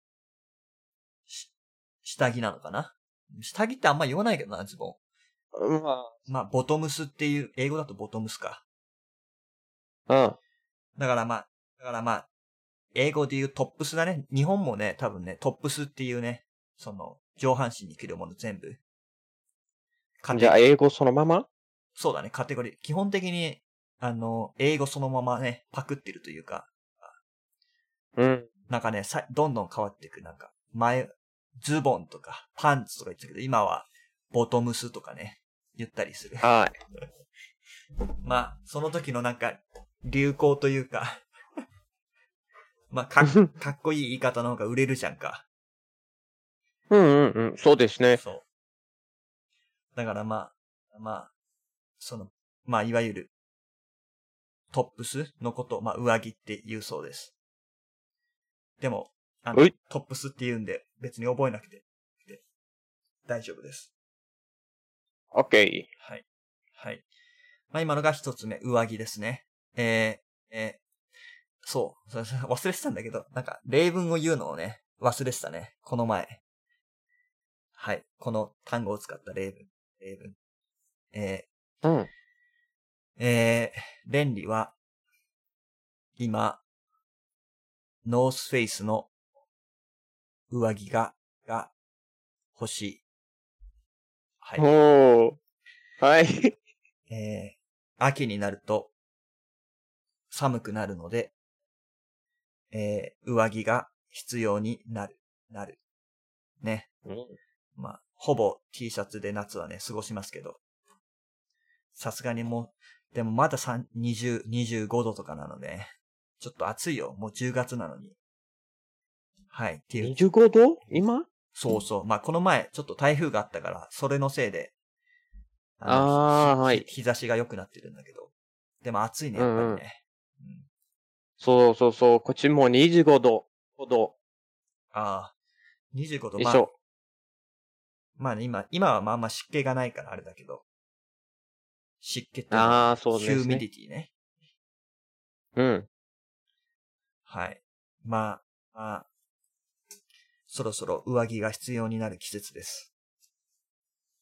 Speaker 1: 下着なのかな。下着ってあんま言わないけどな、ズボ
Speaker 2: ま
Speaker 1: ン。まあ、ボトムスっていう、英語だとボトムスか。
Speaker 2: あ、
Speaker 1: だからまあ、だからまあ、英語で言うトップスだね。日本もね、多分ね、トップスっていうね、その、上半身に着るもの全部。カ
Speaker 2: うん。じゃあ、
Speaker 1: テ、
Speaker 2: 英語そのまま
Speaker 1: そうだね、カテゴリー。基本的に、あの、英語そのままね、パクってるというか、
Speaker 2: うん。
Speaker 1: なんかね、さ、どんどん変わっていく。なんか、前、ズボンとか、パンツとか言ってたけど、今は、ボトムスとかね、言ったりする。
Speaker 2: はい。
Speaker 1: まあ、その時のなんか、流行というか、まあ、かっ、かっこいい言い方の方が売れるじゃんか。
Speaker 2: うんうんうん。そうですね。
Speaker 1: そう。だからまあ、まあ、その、まあ、いわゆる、トップスのことを、まあ、上着って言うそうです。でも、あの、
Speaker 2: ほい。
Speaker 1: トップスって言うんで、別に覚えなくて、で大丈夫です。
Speaker 2: オッケ
Speaker 1: はい。はい。まあ、今のが一つ目、上着ですね。えー、えー、そう、それ忘れてたんだけど、なんか、例文を言うのをね、忘れてたね。この前。はい。この単語を使った例文。例文。え
Speaker 2: ー。うん。
Speaker 1: ー、えー、レンリは、今、ノースフェイスの上着が、が欲しい。はい。
Speaker 2: おー。はい。
Speaker 1: えー、秋になると寒くなるので、えー、上着が必要になる。なる。ね。
Speaker 2: うん。
Speaker 1: まあ、ほぼ T シャツで夏はね、過ごしますけど。さすがにもう、でもまだにじゅう、にじゅうごどとかなので、ちょっと暑いよ。もうじゅうがつなのに。はい。っていう。
Speaker 2: にじゅうごど今
Speaker 1: そうそう。まあ、この前、ちょっと台風があったから、それのせいで、あの、ひ、
Speaker 2: あー、は
Speaker 1: ひ、
Speaker 2: い。
Speaker 1: 日差しが良くなってるんだけど。でも暑いね、やっぱり
Speaker 2: うんうん。
Speaker 1: ね。うん、
Speaker 2: そうそうそう。こっちもにじゅうごどほど。
Speaker 1: ああ、にじゅうごど、まあ、
Speaker 2: 一緒。
Speaker 1: まあね、今、今はまあまあ湿気がないからあれだけど、湿気っていうのは、
Speaker 2: あー、そう
Speaker 1: ヒューミ
Speaker 2: ですね。
Speaker 1: ディティね。
Speaker 2: うん。
Speaker 1: はい。まあ、まあ、そろそろ上着が必要になる季節です。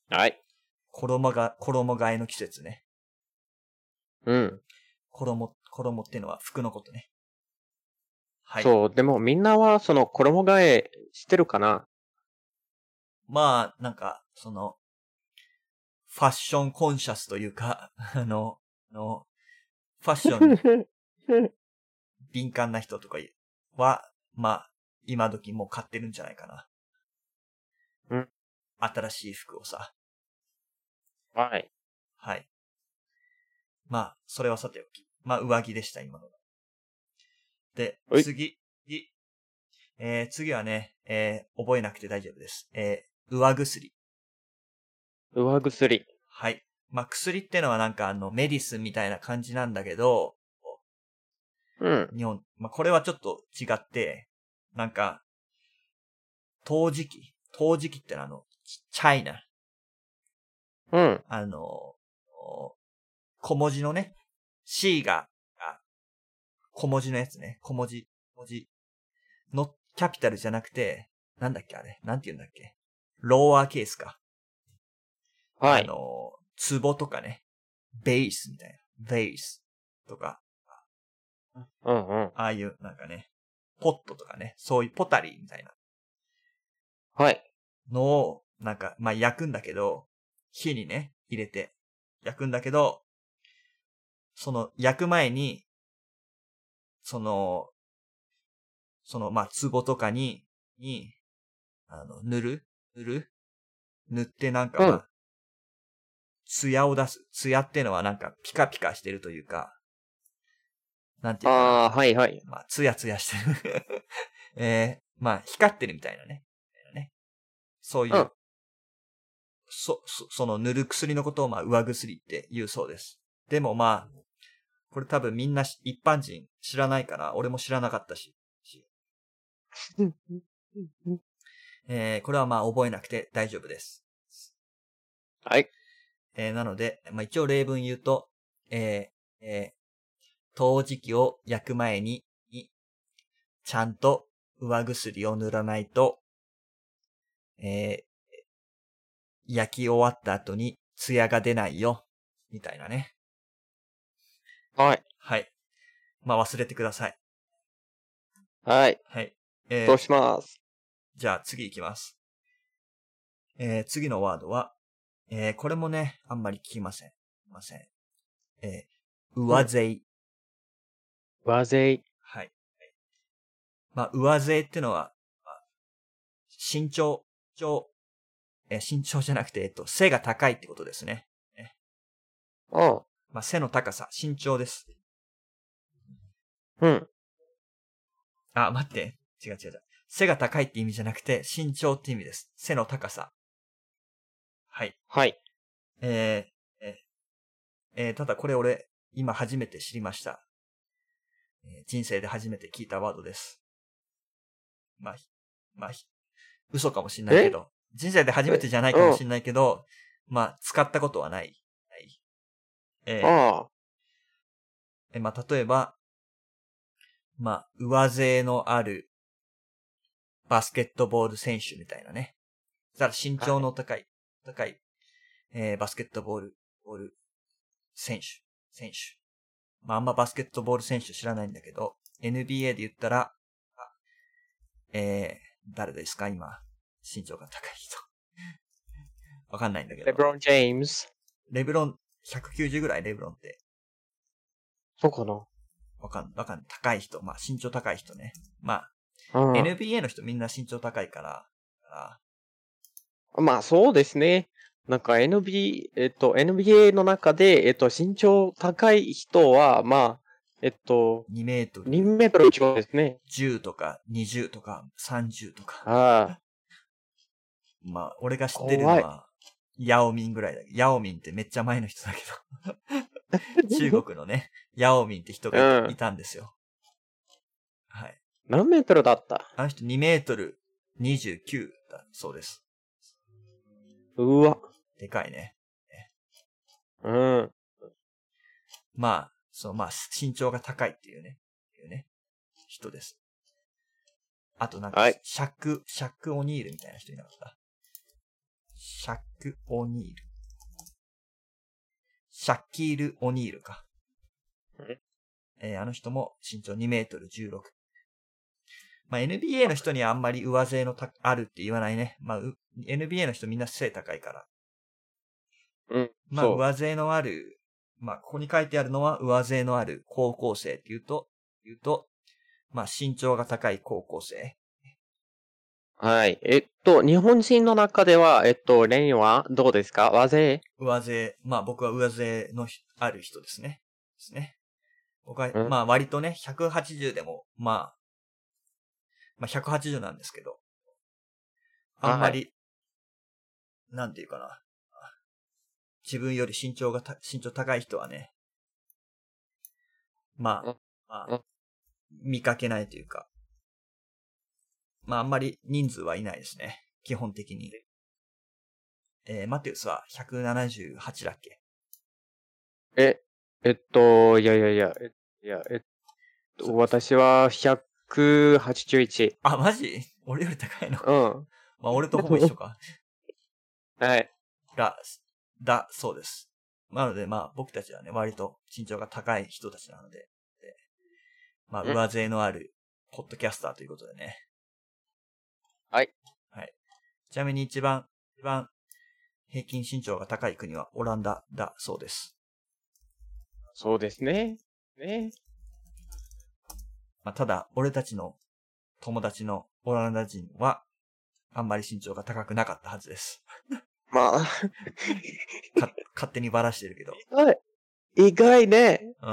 Speaker 2: はい。
Speaker 1: 衣が、衣替えの季節ね。
Speaker 2: うん。
Speaker 1: 衣、衣っていうのは服のことね。はい。
Speaker 2: そう、でもみんなはその衣替えしてるかな？
Speaker 1: まあ、なんか、その、ファッションコンシャスというか、あの、の、ファッションに敏感な人とかは、まあ、今時もう買ってるんじゃないかな。
Speaker 2: うん。
Speaker 1: 新しい服をさ。
Speaker 2: はい。
Speaker 1: はい。まあ、それはさておき。まあ、上着でした、今のが。で、
Speaker 2: はい。
Speaker 1: 次。えー、次はね、えー、覚えなくて大丈夫です。えー、上薬。
Speaker 2: 上薬。
Speaker 1: はい。まあ、薬ってのはなんかあの、メディスンみたいな感じなんだけど、
Speaker 2: うん。
Speaker 1: 日本、まあ、これはちょっと違って、なんか、陶磁器。陶磁器ってのはあの、チャイナ。
Speaker 2: うん。
Speaker 1: あの、小文字のね、C が、あ小文字のやつね。小文字、文字のキャピタルじゃなくて、なんだっけあれ。なんて言うんだっけ。ローアーケースか。
Speaker 2: はい。
Speaker 1: あの、壺とかね。ベースみたいな。ベースとか、
Speaker 2: うんうん。
Speaker 1: ああいう、なんかね、ポットとかね、そういうポタリーみたいな
Speaker 2: はい。
Speaker 1: のを、なんか、まあ、焼くんだけど、火にね、入れて、焼くんだけど、その、焼く前に、その、その、まあ、壺とかに、に、あの、塗る塗る塗ってなんか
Speaker 2: うん。
Speaker 1: まあ、艶を出す。艶ってのはなんかピカピカしてるというか、なんていうかな。
Speaker 2: ああ、はいはい。
Speaker 1: まあ、ツヤツヤしてる。えー、まあ、光ってるみたいなね。ねそういう、
Speaker 2: うん。
Speaker 1: そ、そ、その塗る薬のことをまあ、上薬って言うそうです。でもまあ、これ多分みんな一般人知らないから、俺も知らなかったし。えー、これはまあ覚えなくて大丈夫です。
Speaker 2: はい。
Speaker 1: えー、なので、まあ一応例文言うと、えー、えー、陶磁器を焼く前に、ちゃんと上薬を塗らないと、えー、焼き終わった後に艶が出ないよ。みたいなね。
Speaker 2: はい。
Speaker 1: はい。まあ忘れてください。
Speaker 2: はい。
Speaker 1: はい。えー、
Speaker 2: そうします。
Speaker 1: じゃあ次行きます。えー、次のワードは、えー、これもね、あんまり聞きません。ません。えー、
Speaker 2: うん。
Speaker 1: 上背。
Speaker 2: 和勢。
Speaker 1: はい。まあ、上背ってのは、まあ身長、身長、えー身長じゃなくて、えっと、背が高いってことですね。ね
Speaker 2: うん。
Speaker 1: まあ、背の高さ、身長です。
Speaker 2: うん。
Speaker 1: あ、待って。違う違う違う。背が高いって意味じゃなくて、身長って意味です。背の高さ。はい。
Speaker 2: はい。
Speaker 1: えー、えーえーただこれ俺、今初めて知りました。えー人生で初めて聞いたワードです。まあ、まあ、嘘かもしんないけ
Speaker 2: え
Speaker 1: ど、人生で初め
Speaker 2: え
Speaker 1: てじゃない
Speaker 2: うん。
Speaker 1: かもしんないけど、まあ、使ったことはない。はい。え
Speaker 2: ああ。
Speaker 1: ーえまあ、例えば、まあ、上背のあるバスケットボール選手みたいなね。だから身
Speaker 2: はい。
Speaker 1: 長の高い、高い、えーバスケットボール、ボール選手、選手。まあ、あんまバスケットボール選手知らないんだけど、エヌビーエー で言ったら、えー、誰ですか今。身長が高い人。わかんないんだけど。
Speaker 2: レブロン・ジェームズ。
Speaker 1: レブロン、ひゃくきゅうじゅうぐらいレブロンって。
Speaker 2: そうかな。
Speaker 1: わかん、わかん、高い人。まあ、身長高い人ね。まあ、
Speaker 2: うん。
Speaker 1: エヌビーエー の人みんな身長高いから、から
Speaker 2: まあそうですね。なんか エヌビー、えっと、エヌビーエー の中で、えっと、身長高い人は、まあ、えっと、
Speaker 1: にメート
Speaker 2: に
Speaker 1: ル
Speaker 2: メートル以上ですね。
Speaker 1: じゅうとかにじゅうとかさんじゅうとか。
Speaker 2: ああ、
Speaker 1: まあ、俺が知ってるの
Speaker 2: 怖い。
Speaker 1: は、ヤオミンぐらいだけど、ヤオミンってめっちゃ前の人だけど。中国のね、ヤオミンって人がいたい
Speaker 2: うん。
Speaker 1: たんですよ。はい。
Speaker 2: 何メートルだった？
Speaker 1: あの人にメートルにじゅうきゅうだそうです。
Speaker 2: うわ。
Speaker 1: でかいね。
Speaker 2: うん。
Speaker 1: まあ、そう、まあ、身長が高いっていうね、いうね、人です。あとなんか、
Speaker 2: はい。
Speaker 1: シャック、シャック・オニールみたいな人いなかった。 シャック・オニール。シャッキール・オニールか。えー、あの人も身長にメートルじゅうろく。まあ、エヌビーエー の人にはあんまり上背のたあるって言わないね。まあ、エヌビーエー の人みんな背高いから。
Speaker 2: うん。
Speaker 1: まあ、上背のある、まあ、ここに書いてあるのは上背のある高校生って言うと、言うと、まあ、身長が高い高校生。
Speaker 2: はい。えっと、日本人の中では、えっと、レンはどうですか？上背？
Speaker 1: 上背、まあ僕は上背のある人ですね。ですね。僕は、
Speaker 2: うん、
Speaker 1: まあ割とね、ひゃくはちじゅうでも、まあ、まあひゃくはちじゅうなんですけど、あんまり、はい、なんていうかな。自分より身長がた、身長高い人はね、まあ、まあ、見かけないというか、まああんまり人数はいないですね。基本的に。えー、マテウスはひゃくななじゅうはちだっけ？
Speaker 2: え、えっと、いやいやいや、え、いや、えっと、私はひゃくはちじゅういち。
Speaker 1: あ、マジ？俺より高いの？
Speaker 2: うん。
Speaker 1: まあ俺とほぼ一緒か。
Speaker 2: はい。
Speaker 1: が、だ、そうです。なので、まあ、僕たちはね、割と身長が高い人たちなので、でまあ、上背のある、ポッドキャスターということでね。
Speaker 2: はい。
Speaker 1: はい。ちなみに一番、一番、平均身長が高い国はオランダだそうです。
Speaker 2: そうですね。ね。
Speaker 1: まあ、ただ、俺たちの友達のオランダ人は、あんまり身長が高くなかったはずです。
Speaker 2: まあ。
Speaker 1: か、勝手にばらしてるけど。
Speaker 2: はい。意外ね。
Speaker 1: うん。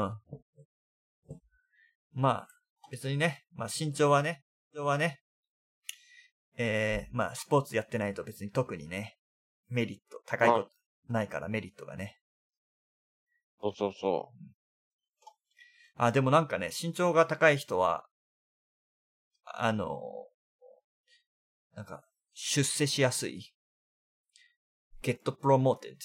Speaker 1: まあ、別にね、まあ身長はね、身長はね、えー、まあスポーツやってないと別に特にね、メリット、高いことないからメリットがね。
Speaker 2: そうそうそう。
Speaker 1: あ、でもなんかね、身長が高い人は、あの、なんか、出世しやすい。get promoted.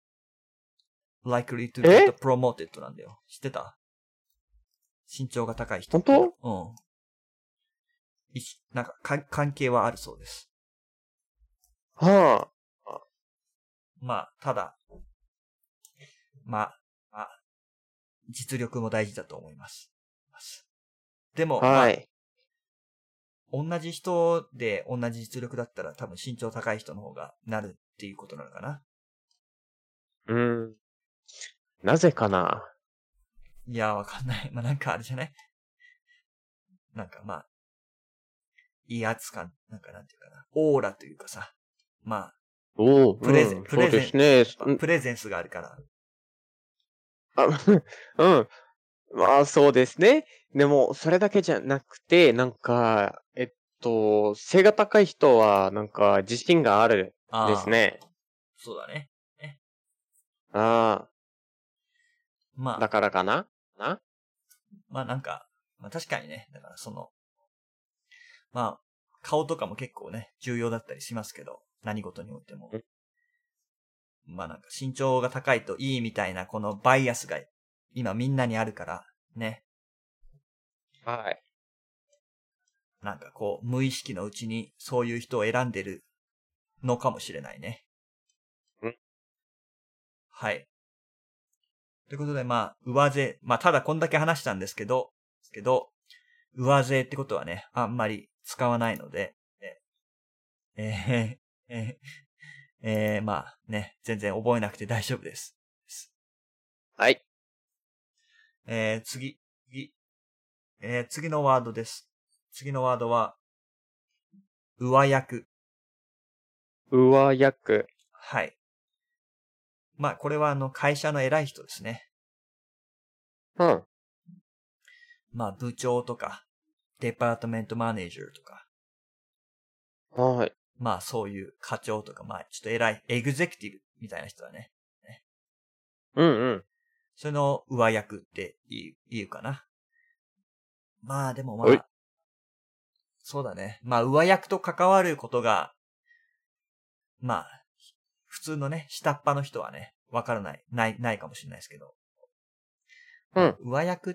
Speaker 1: likely to get promoted なんだよ。知ってた？身長が高い人。
Speaker 2: 本当？
Speaker 1: うん。いし、なんかか、関係はあるそうです。
Speaker 2: はあ。
Speaker 1: まあ、ただ、まあ、まあ、実力も大事だと思います。でも、
Speaker 2: はい。
Speaker 1: まあ、同じ人で同じ実力だったら多分身長高い人の方がなるっていうことなのかな。
Speaker 2: うーん。なぜかな。
Speaker 1: いや、わかんない。まあ、なんかあれじゃない？なんかまあ、威圧感、なんかなんていうかな。オーラというかさ。まあ、
Speaker 2: お
Speaker 1: プレゼン、
Speaker 2: うん、
Speaker 1: プレゼン、
Speaker 2: そうですね。
Speaker 1: プレゼンスがあるから。
Speaker 2: あ、うん。まあ、そうですね。でも、それだけじゃなくて、なんか、えっと、背が高い人は、なんか、自信があるですね。
Speaker 1: そうだね。ね。
Speaker 2: ああ。
Speaker 1: まあ。
Speaker 2: だからかなな
Speaker 1: まあなんか、まあ確かにね。だからその、まあ、顔とかも結構ね、重要だったりしますけど、何事においても。まあなんか身長が高いといいみたいなこのバイアスが今みんなにあるから、ね。
Speaker 2: はい。
Speaker 1: なんかこう、無意識のうちにそういう人を選んでるのかもしれないね。
Speaker 2: ん
Speaker 1: はい。ということでまあ、上背、まあただこんだけ話したんですけど、ですけど、上背ってことはね、あんまり使わないので、えー、えー、えー、まあね、全然覚えなくて大丈夫です。
Speaker 2: はい。
Speaker 1: えー、次、次、えー、次のワードです。次のワードは、上役。
Speaker 2: 上役。
Speaker 1: はい。まあ、これはあの、会社の偉い人ですね。
Speaker 2: うん。
Speaker 1: まあ、部長とか、デパートメントマネージャーとか。
Speaker 2: はい。
Speaker 1: まあ、そういう課長とか、まあ、ちょっと偉い、エグゼクティブみたいな人だね。ね
Speaker 2: うんうん。
Speaker 1: それの上役って言う、言うかな。まあ、でもまあ、そうだね。まあ、上役と関わることが、まあ、普通のね、下っ端の人はね、わからない、ない、ないかもしれないですけど。
Speaker 2: うん。
Speaker 1: 上役って、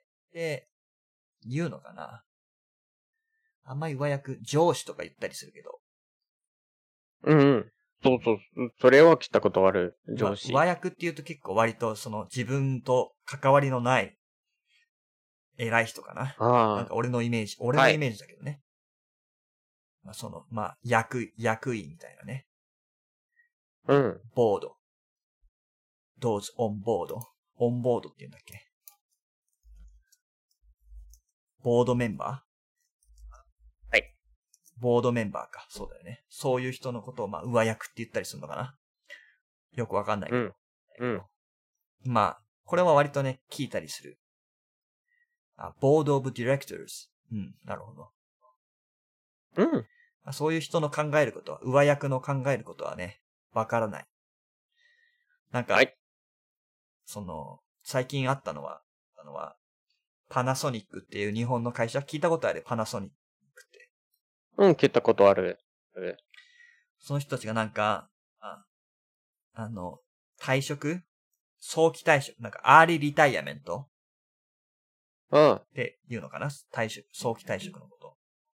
Speaker 1: って言うのかな？あんまり上役、上司とか言ったりするけど。
Speaker 2: うんうん。 そうそう。それは聞いたことある。
Speaker 1: ま
Speaker 2: 上司。
Speaker 1: 上役っていうと結構割とその自分と関わりのない偉い人かな。なん
Speaker 2: あ
Speaker 1: か俺のイメージ、俺
Speaker 2: あ。はい。
Speaker 1: のイメージだけどね。まあその、まあ役、役員みたいなね。
Speaker 2: うん。
Speaker 1: ボード。those on board。オンボードって言うんだっけ。ボードメンバー
Speaker 2: はい。
Speaker 1: ボードメンバーか。そうだよね。そういう人のことをまあ上役って言ったりするのかな。よくわかんないけど。
Speaker 2: うん。うん。
Speaker 1: まあ、これは割とね、聞いたりする。あ、Board of Directors。うん、なるほど。
Speaker 2: うん。
Speaker 1: まあ、そういう人の考えることは、上役の考えることはね、わからない。なんか、
Speaker 2: はい。
Speaker 1: その、最近あったのは、あのは、パナソニックっていう日本の会社、聞いたことあるパナソニックって。
Speaker 2: うん、聞いたことある。え
Speaker 1: その人たちがなんか、あ、あの、退職早期退職なんか、アーリーリタイアメント
Speaker 2: うん。
Speaker 1: っていうのかな退職、早期退職のこと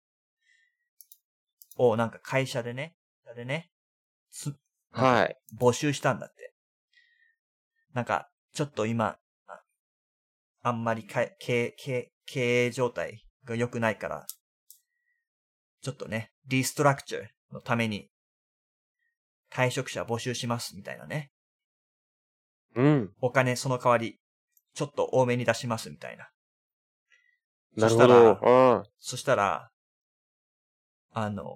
Speaker 1: を、なんか会社でね、でね、つ、なんか
Speaker 2: はい。
Speaker 1: 募集したんだって。なんか、ちょっと今、ああんまりか経経経営状態が良くないから、ちょっとね、リストラクチャーのために退職者募集しますみたいなね。
Speaker 2: うん。
Speaker 1: お金その代わり、ちょっと多めに出しますみたいな。そ
Speaker 2: なるほど。
Speaker 1: したら、
Speaker 2: うん。
Speaker 1: そしたら、あの、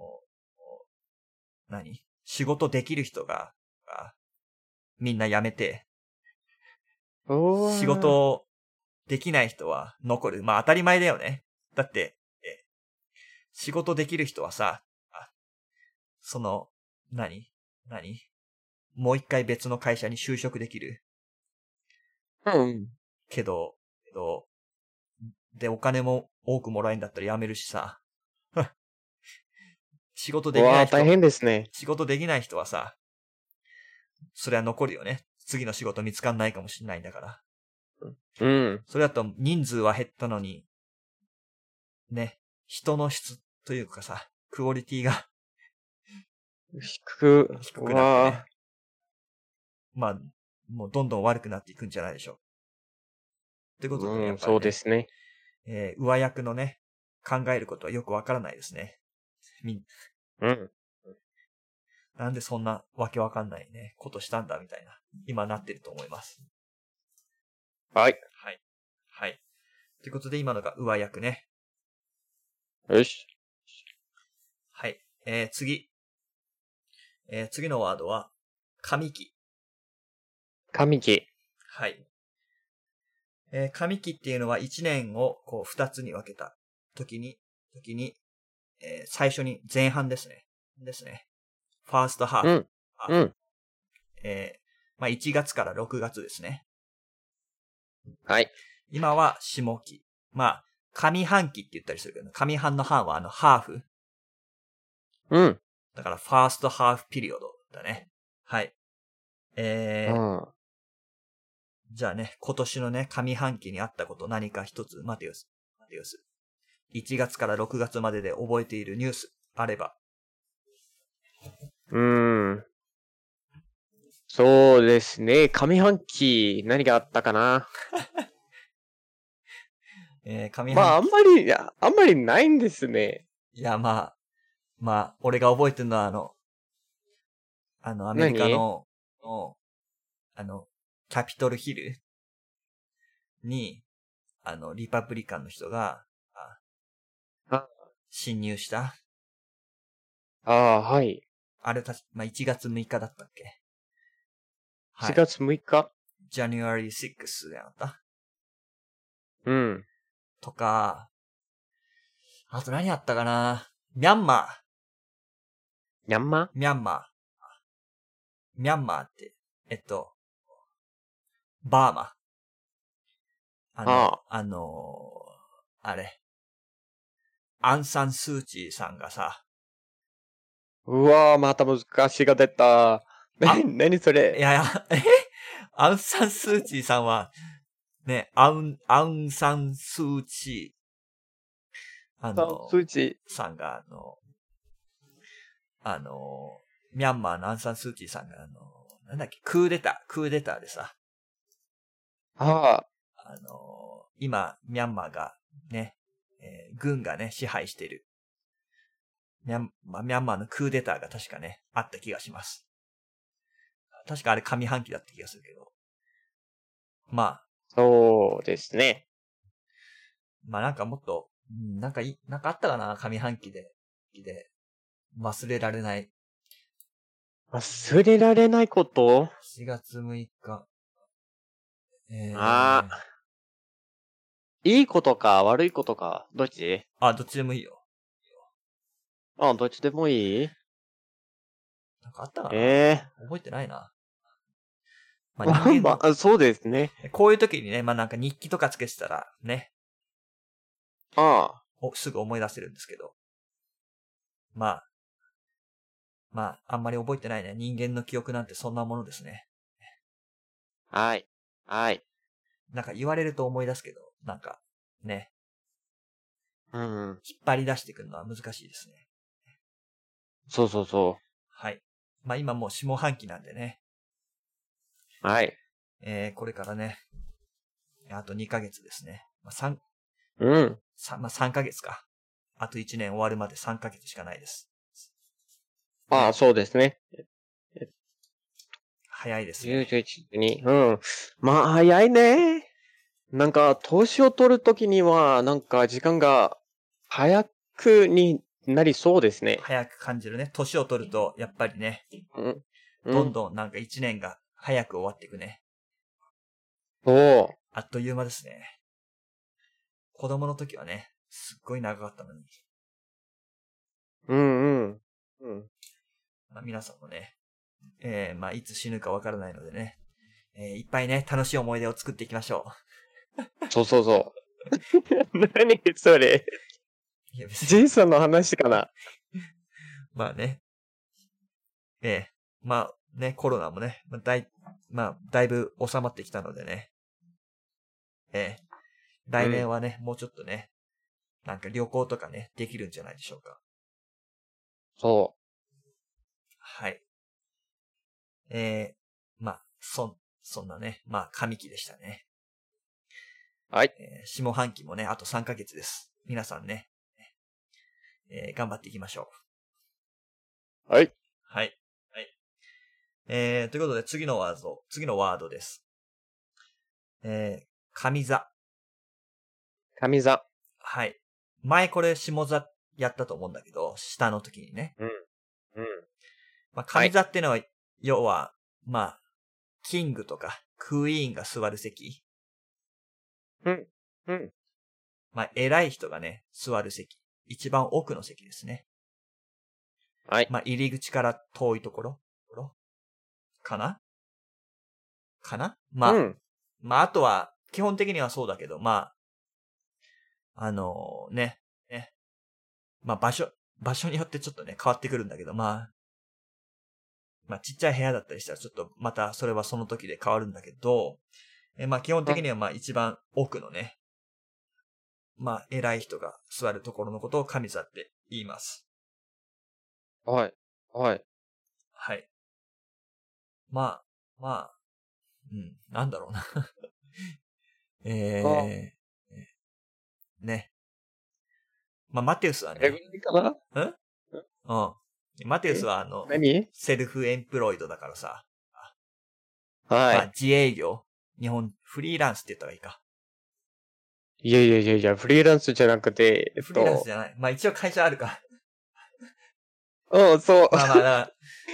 Speaker 1: 何仕事できる人が、がみんな辞めて、
Speaker 2: お
Speaker 1: 仕
Speaker 2: ー。
Speaker 1: 事できない人は残る。まあ当たり前だよね。だって、え仕事できる人はさ、あその、何何もう一回別の会社に就職できる。
Speaker 2: うん。
Speaker 1: けど、けど、で、お金も多くもらえんだったら辞めるしさ。仕事
Speaker 2: うわー、大
Speaker 1: できない人、
Speaker 2: 変ですね。
Speaker 1: 仕事できない人はさ、それは残るよね。次の仕事見つかんないかもしれないんだから。
Speaker 2: うん。
Speaker 1: それだと人数は減ったのに、ね、人の質というかさ、クオリティが
Speaker 2: 低く、
Speaker 1: 低
Speaker 2: う
Speaker 1: くなってね。
Speaker 2: わ
Speaker 1: まあ、もうどんどん悪くなっていくんじゃないでしょう。という
Speaker 2: ー。
Speaker 1: ことでね、や
Speaker 2: うん、そうで
Speaker 1: っぱりね、
Speaker 2: すね。
Speaker 1: えー、上役のね、考えることはよくわからないですね。み、
Speaker 2: うん。
Speaker 1: なんでそんなわけわかんないね、ことしたんだみたいな、今なってると思います。
Speaker 2: はい。
Speaker 1: はい。はい。ということで今のが上役ね。
Speaker 2: よし。
Speaker 1: はい。えー、次。えー、次のワードは、上期。
Speaker 2: 上期。
Speaker 1: はい。えー、上期っていうのは一年をこう二つに分けた時に、時に、えー、最初に前半ですね。ですね。ファーストハーフ。
Speaker 2: うん。うん。
Speaker 1: えー、まあいちがつからろくがつですね。
Speaker 2: はい。
Speaker 1: 今は下期。まあ、上半期って言ったりするけど、上半の半はあのハーフ。
Speaker 2: うん。
Speaker 1: だからファーストハーフピリオドだね。はい。えー、
Speaker 2: ああ。
Speaker 1: じゃあね、今年のね、上半期にあったこと何か一つ、待てよす。待てよす。いちがつからろくがつまでで覚えているニュースあれば。
Speaker 2: うーん。そうですね。上半期、何があったかな。
Speaker 1: えー、上
Speaker 2: まあ、あ
Speaker 1: 半期。
Speaker 2: んまり、いや、あんまりないんですね。
Speaker 1: いや、まあ、まあ、俺が覚えてるのはあの、あの、アメリカ
Speaker 2: 何
Speaker 1: の、の、あの、キャピトルヒルに、あの、リパブリカンの人が、あ
Speaker 2: あ
Speaker 1: 侵入した。
Speaker 2: ああ、はい。
Speaker 1: あれたち、まあ、いちがつむいかだったっけはい。
Speaker 2: しがつむいか。
Speaker 1: ジャニュアリーシックスであった
Speaker 2: うん。
Speaker 1: とか、あと何あったかなミャンマー。
Speaker 2: ミャンマ
Speaker 1: ミャンマー。ミャンマーって、えっと、バーマ。あの、
Speaker 2: あ
Speaker 1: あのあれ。アンサンスーチーさんがさ、
Speaker 2: うわー、また難しいが出た。
Speaker 1: あ
Speaker 2: な、なにそ
Speaker 1: い
Speaker 2: れ。
Speaker 1: やいや、えアンサンスーチーさんは、ね、アウン、アウンサンスーチー、あ
Speaker 2: さ
Speaker 1: の、
Speaker 2: 数値。
Speaker 1: さんが、あの、あの、 ミャンマーのアンサンスーチーさんが、あの、なんだっけ、クーデター、クーデターでさ、
Speaker 2: あ
Speaker 1: あの、今、ミャンマーがね、えー軍がね、支配している。ミャン、まあ、ミャンマーのクーデターが確かね、あった気がします。確かあれ上半期だった気がするけど。まあ、
Speaker 2: そうですね。
Speaker 1: まあなんかもっと、うんなんかい、なんかあったかな、上半期で。で、忘れられない。
Speaker 2: 忘れられないこと
Speaker 1: しがつむいか。えー、
Speaker 2: ああ。いいことか悪いことか、どっち
Speaker 1: あ、どっちでもいいよ。
Speaker 2: あ、どっちでもいい
Speaker 1: なんかあったかな、
Speaker 2: ええ
Speaker 1: 覚えてないな。まあ
Speaker 2: まあ、
Speaker 1: 人間の、
Speaker 2: まあ、そうですね。
Speaker 1: こういう時にね、まあなんか日記とかつけてたらね、
Speaker 2: あ
Speaker 1: おすぐ思い出せるんですけど。まあ、まあ、あんまり覚えてないね。人間の記憶なんてそんなものですね。
Speaker 2: あ。はい。はい。
Speaker 1: なんか言われると思い出すけど、なんか、ね、
Speaker 2: うん。
Speaker 1: 引っ張り出してくるのは難しいですね。
Speaker 2: そうそうそ
Speaker 1: はい。まあ今もう下半期なんでね、
Speaker 2: う。はい。
Speaker 1: えー、これからね、あとにかげつですね。まあ3、
Speaker 2: うん。
Speaker 1: さまあさんかげつか。あといちねん終わるまでさんかげつしかないです。
Speaker 2: ああ、
Speaker 1: ね、
Speaker 2: そうですね。
Speaker 1: 早いです
Speaker 2: じゅう、
Speaker 1: ね。
Speaker 2: じゅういち、じゅうに。うん。まあ、早いね。なんか、年を取るときには、なんか、時間が早くになりそうですね。
Speaker 1: 早く感じるね。年を取ると、やっぱりね、
Speaker 2: うん。う
Speaker 1: どん
Speaker 2: ん。
Speaker 1: どんなんかいちねんが早く終わっていくね。
Speaker 2: そ
Speaker 1: あっという間ですね。子供の時はね、すっごい長かったのに。
Speaker 2: う。うんうん。うん。
Speaker 1: まあ、皆さんもね、えー、まあ、いつ死ぬかわからないのでね、えー、いっぱいね、楽しい思い出を作っていきましょ
Speaker 2: そうそうそう。何それ。
Speaker 1: う。いや、別に。
Speaker 2: ジェイさんの話かな。
Speaker 1: まあね、ええー、まあね、コロナもね、まあ、だい、まあ、だいぶ収まってきたのでね、ええー、来年はね、もうちょっとね、なんか旅行とかね、できるんじゃないでしょうか。
Speaker 2: そ
Speaker 1: はい。えー、まあ、そん、そんなね、まあ、神期でしたね。
Speaker 2: う。はい。
Speaker 1: えー、下半期もね、あとさんかげつです。皆さんね、えー、頑張っていきましょう。
Speaker 2: はい。
Speaker 1: はい。はい。えー、ということで次のワード、次のワードです。えー、上座。
Speaker 2: 神座。
Speaker 1: はい。前これ下座やったと思うんだけど、下の時にね。
Speaker 2: うん。うん。
Speaker 1: まあ、上座ってのは、要は、まあ、キングとかクイーンが座る席。
Speaker 2: うん。うん。
Speaker 1: まあ、偉い人がね、座る席。一番奥の席ですね。
Speaker 2: はい。
Speaker 1: まあ、入り口から遠いところかなかなまあ、
Speaker 2: うん。
Speaker 1: まあ、あとは、基本的にはそうだけど、まあ、あのーね、ね。まあ、場所、場所によってちょっとね、変わってくるんだけど、まあ、まあ、ちっちゃい部屋だったりしたら、ちょっと、また、それはその時で変わるんだけど、えまあ、基本的には、まあ、一番奥のね、まあ、偉い人が座るところのことを神座って言います。
Speaker 2: はい。はい。
Speaker 1: はい。まあ、まあ、うん、なんだろうな。
Speaker 2: あ、
Speaker 1: えー、ね。まあ、マテウスは
Speaker 2: これぐ
Speaker 1: ね、
Speaker 2: らいかな
Speaker 1: うんうん。マテウスはあの、
Speaker 2: 何
Speaker 1: セルフエンプロイドだからさ。まあ、
Speaker 2: はい。
Speaker 1: 自営業。日本、フリーランスって言った方がいいか。
Speaker 2: いやいやいやいや、フリーランスじゃなくて、えっ
Speaker 1: フリーランス
Speaker 2: と、
Speaker 1: じゃない。まあ一応会社あるか。
Speaker 2: うん、そう。
Speaker 1: まあまあ、だから、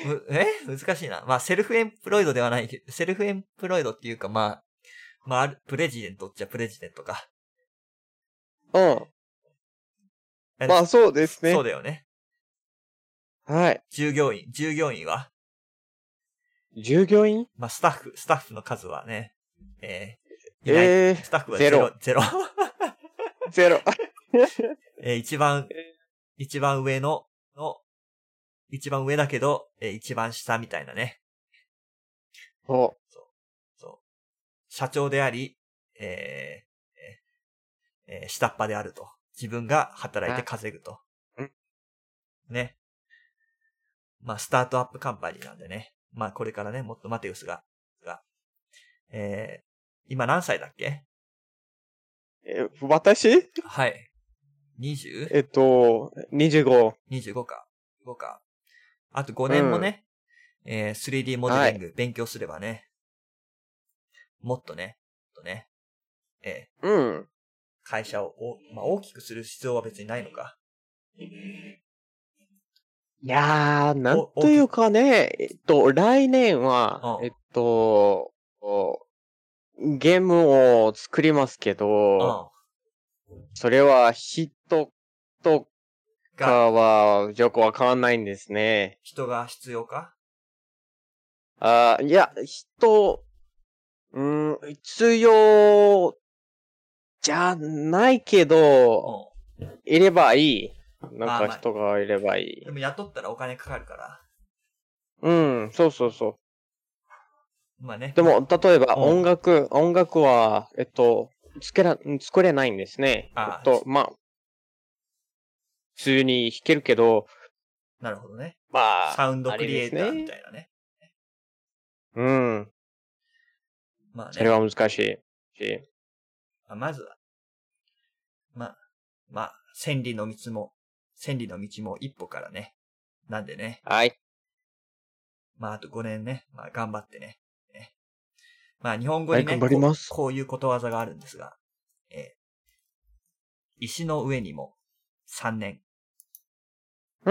Speaker 1: むえ難しいな。まあ、セルフエンプロイドではないけど、セルフエンプロイドっていうか、まあ、まあある、プレジデントっちゃプレジデントか。
Speaker 2: うん。
Speaker 1: え
Speaker 2: まあ、そうですね。
Speaker 1: そうだよね。
Speaker 2: はい。
Speaker 1: 従業員、従業員は
Speaker 2: 従業員
Speaker 1: まあ、スタッフ、スタッフの数はね、えー、いない。
Speaker 2: ええ
Speaker 1: スタッフは
Speaker 2: ゼロ。
Speaker 1: ゼロ、ゼロ。
Speaker 2: ゼロ。
Speaker 1: えー一番、一番上の、の、一番上だけど、えー一番下みたいなね。
Speaker 2: そ
Speaker 1: そう。そう。社長であり、えーえー下っ端であると。自分が働いて稼ぐと。
Speaker 2: うん
Speaker 1: ね。 まあ、スタートアップカンパニーなんでね。まあ、これからね、もっとマテウスが、が、えー、今何歳だっけ？
Speaker 2: え、私
Speaker 1: はい。にじゅう?
Speaker 2: えっと、にじゅうご。
Speaker 1: にじゅうごか。ごか。あとごねんも
Speaker 2: うん。
Speaker 1: ね、えー、スリーディー モデ
Speaker 2: はい。
Speaker 1: リング勉強すればね、もっとね、もっとね、えー、
Speaker 2: うん。
Speaker 1: 会社をお、まあ、大きくする必要は別にないのか。
Speaker 2: いやー、なん
Speaker 1: お、大きく、
Speaker 2: というかね、えっと、来年は、えっ
Speaker 1: うん、
Speaker 2: と、おゲームを作りますけど、
Speaker 1: うん、
Speaker 2: それは人と
Speaker 1: が、
Speaker 2: かはよくわからないんですね。
Speaker 1: 人が必要か？
Speaker 2: あーいや、人、うん、必要じゃないけど、
Speaker 1: うん。
Speaker 2: いればいい。なん
Speaker 1: ああ、
Speaker 2: か
Speaker 1: まあ、
Speaker 2: 人がいればいい。
Speaker 1: でも雇ったらお金かかるから。
Speaker 2: うん、そうそうそう。
Speaker 1: まあね、ま
Speaker 2: でも、例えば
Speaker 1: あ、うん。
Speaker 2: 音楽、音楽は、えっと、つけら、作れないんですね。えっ
Speaker 1: ああ、
Speaker 2: と、まあ、普通に弾けるけど、
Speaker 1: なるほどね。
Speaker 2: まあ、
Speaker 1: サウンド
Speaker 2: あれで
Speaker 1: クリエイターみ
Speaker 2: すね。
Speaker 1: たいなね。
Speaker 2: うん。
Speaker 1: まあね。
Speaker 2: それは難しいし。
Speaker 1: まあ、まずは、まあ、まあ、千里の道も、千里の道も一歩からね。なんでね。
Speaker 2: はい。
Speaker 1: まあ、あとごねんね。まあ、頑張ってね。ねまあ、日本語
Speaker 2: はい、頑
Speaker 1: にね、こう、
Speaker 2: 張ります。
Speaker 1: こういうことわざがあるんですが、えー石の上にもさんね
Speaker 2: うん。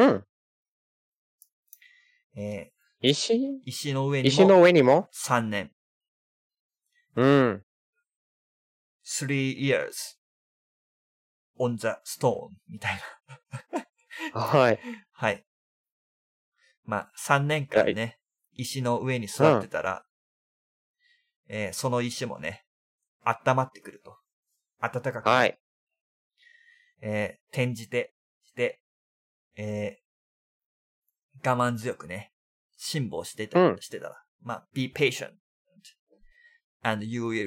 Speaker 1: ん。えー
Speaker 2: 石
Speaker 1: 石の上に
Speaker 2: 石
Speaker 1: も
Speaker 2: の上にも
Speaker 1: さんねん。
Speaker 2: うん。
Speaker 1: three years on the stone みたいな。
Speaker 2: はい。
Speaker 1: はい。まあ、さんねんかん
Speaker 2: はい。
Speaker 1: ね、石の上に座って
Speaker 2: うん。
Speaker 1: たら、えーその石もね、温まってくると。暖かくなる。
Speaker 2: はい。
Speaker 1: えー転じて、して、えー我慢強くね、辛抱してた、
Speaker 2: うん。
Speaker 1: してたら。まあ、be patient and you will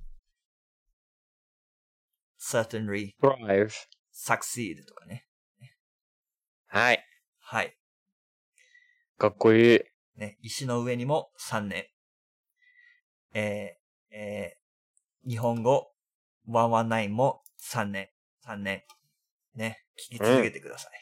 Speaker 1: certainly
Speaker 2: drive.
Speaker 1: succeed とかね。
Speaker 2: はい。
Speaker 1: はい。
Speaker 2: かっこいい。
Speaker 1: ね、石の上にもさんねん。えー、えー、日本語いちいちきゅうもさんねん。さんねん。ね、聞き続け
Speaker 2: うん。
Speaker 1: てください。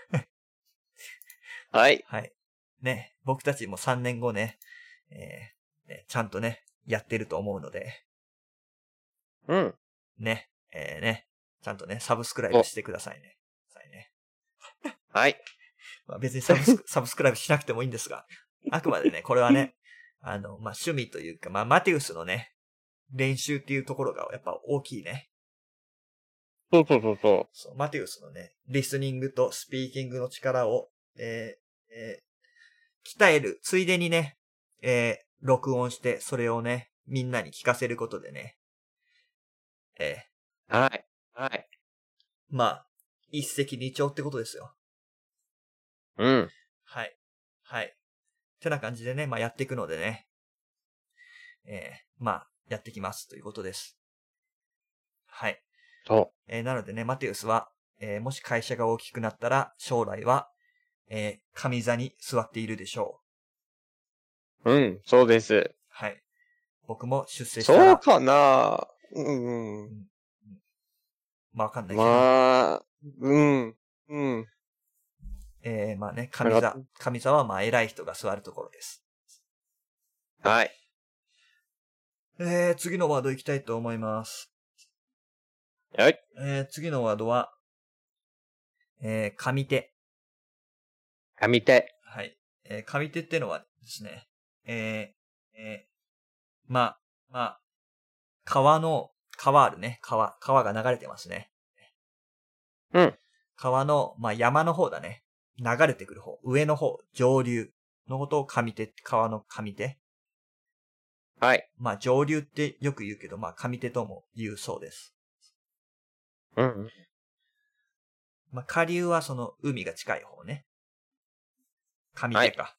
Speaker 2: はい。
Speaker 1: はい。ね、僕たちもさんねんごね、えーね、ちゃんとね、やってると思うので、
Speaker 2: うん。
Speaker 1: ね、えー、ね、ちゃんとね、サブスクライブ
Speaker 2: お、
Speaker 1: してくださいね。さいね
Speaker 2: はい。
Speaker 1: まあ、別にサブスク、サブスクライブしなくてもいいんですが、あくまでね、これはね、あの、まあ、趣味というか、まあ、マテウスのね、練習っていうところがやっぱ大きいね。
Speaker 2: そうそうそうそ
Speaker 1: そう、マテウスのね、リスニングとスピーキングの力を、えーえー鍛える、ついでにね、えー録音して、それをね、みんなに聞かせることでね、え
Speaker 2: う。はい。はい。
Speaker 1: ーまあ、一石二鳥ってことですよ。
Speaker 2: うん。
Speaker 1: はい。はい。てな感じでね、まあやっていくのでね、えーまあ、やってきますということです。はい。
Speaker 2: そ
Speaker 1: えーなのでね、マテウスは、えーもし会社が大きくなったら、将来は、えー上座に座っているでしょう。
Speaker 2: う。うん。そうです。
Speaker 1: はい。僕も出世したら、
Speaker 2: そうかな。うんうん。
Speaker 1: うん、まあわかんないけど、
Speaker 2: まあ、うん。うん。
Speaker 1: えーまあね、
Speaker 2: なんか、
Speaker 1: 上座。上座はまあ偉い人が座るところです。
Speaker 2: はい。
Speaker 1: えー、次のワード行きたいと思います。
Speaker 2: はい。
Speaker 1: えー、次のワードは、えー、上手。
Speaker 2: 見て。
Speaker 1: はい。えー、上手ってのはですね、えー、えー、まあ、まあ、川の、川あるね。川、川が流れてますね。
Speaker 2: うん。
Speaker 1: 川の、まあ山の方だね。流れてくる方。上の方。上流のことを上手、川の上手。
Speaker 2: はい。
Speaker 1: まあ上流ってよく言うけど、まあ上手とも言うそうです。
Speaker 2: うん。
Speaker 1: まあ下流はその海が近い方ね。上
Speaker 2: はい。
Speaker 1: 手か。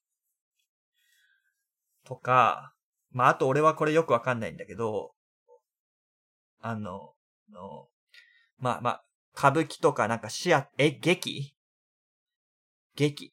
Speaker 1: とか、まああと俺はこれよくわかんないんだけど、あの、のまあまあ、歌舞伎とかなんか視野、え、劇劇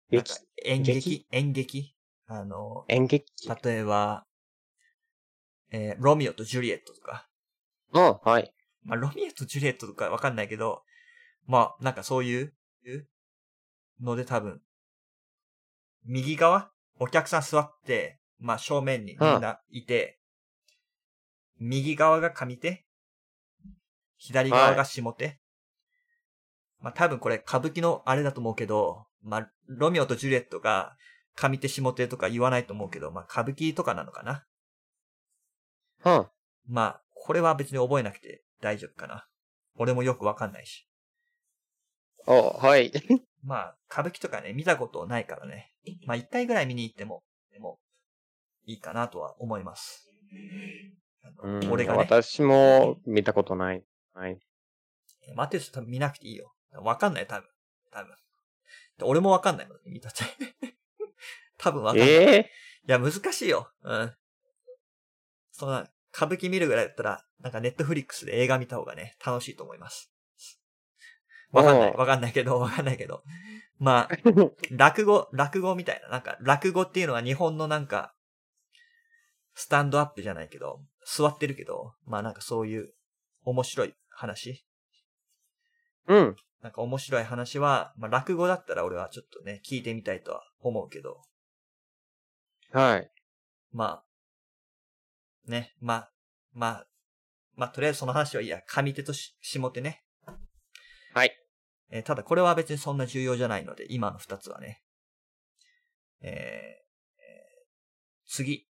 Speaker 1: なんか
Speaker 2: 劇
Speaker 1: 演劇
Speaker 2: 劇
Speaker 1: 演劇あの、
Speaker 2: 演劇
Speaker 1: 例えば、えーロミオとジュリエットとか。
Speaker 2: あ、はい。
Speaker 1: まあ、ロミオとジュリエットとかわかんないけど、まあ、なんかそういうので多分、右側お客さん座って、まあ正面にみん
Speaker 2: は
Speaker 1: ないて、右側が上手、左
Speaker 2: あ、
Speaker 1: 側が
Speaker 2: はい。
Speaker 1: 下手。まあ多分これ歌舞伎のあれだと思うけど、まあロミオとジュリエットが上手下手とか言わないと思うけど、まあ歌舞伎とかなのかな。
Speaker 2: は
Speaker 1: まあこれは別に覚えなくて大丈夫かな。俺もよくわかんないし。
Speaker 2: あ、お、はい。
Speaker 1: まあ歌舞伎とかね見たことないからね。まあ一回ぐらい見に行っても、でもいいかなとは思います。あ
Speaker 2: うん、
Speaker 1: の俺がね、
Speaker 2: 私も見たことない。はい。
Speaker 1: マテウス多分見なくていいよ。わかんない、多分。多分。俺もわかんないもん、見たって。多分わかんない。い
Speaker 2: ええ
Speaker 1: や、難しいよ。うん。そんな、歌舞伎見るぐらいだったら、なんかネットフリックスで映画見た方がね、楽しいと思います。わかんない。
Speaker 2: お
Speaker 1: わかんないけど、わかんないけど。まあ、落語、落語みたいな。なんか、落語っていうのは日本のなんか、スタンドアップじゃないけど、座ってるけど、まあなんかそういう面白い話。
Speaker 2: うん。
Speaker 1: なんか面白い話は、まあ落語だったら俺はちょっとね、聞いてみたいとは思うけど、
Speaker 2: はい。
Speaker 1: まあ、ね、まあ、まあ、まあとりあえずその話はいいや、上手とし下手ね。
Speaker 2: はい。
Speaker 1: えーただこれは別にそんな重要じゃないので、今の二つはね。えーえー次。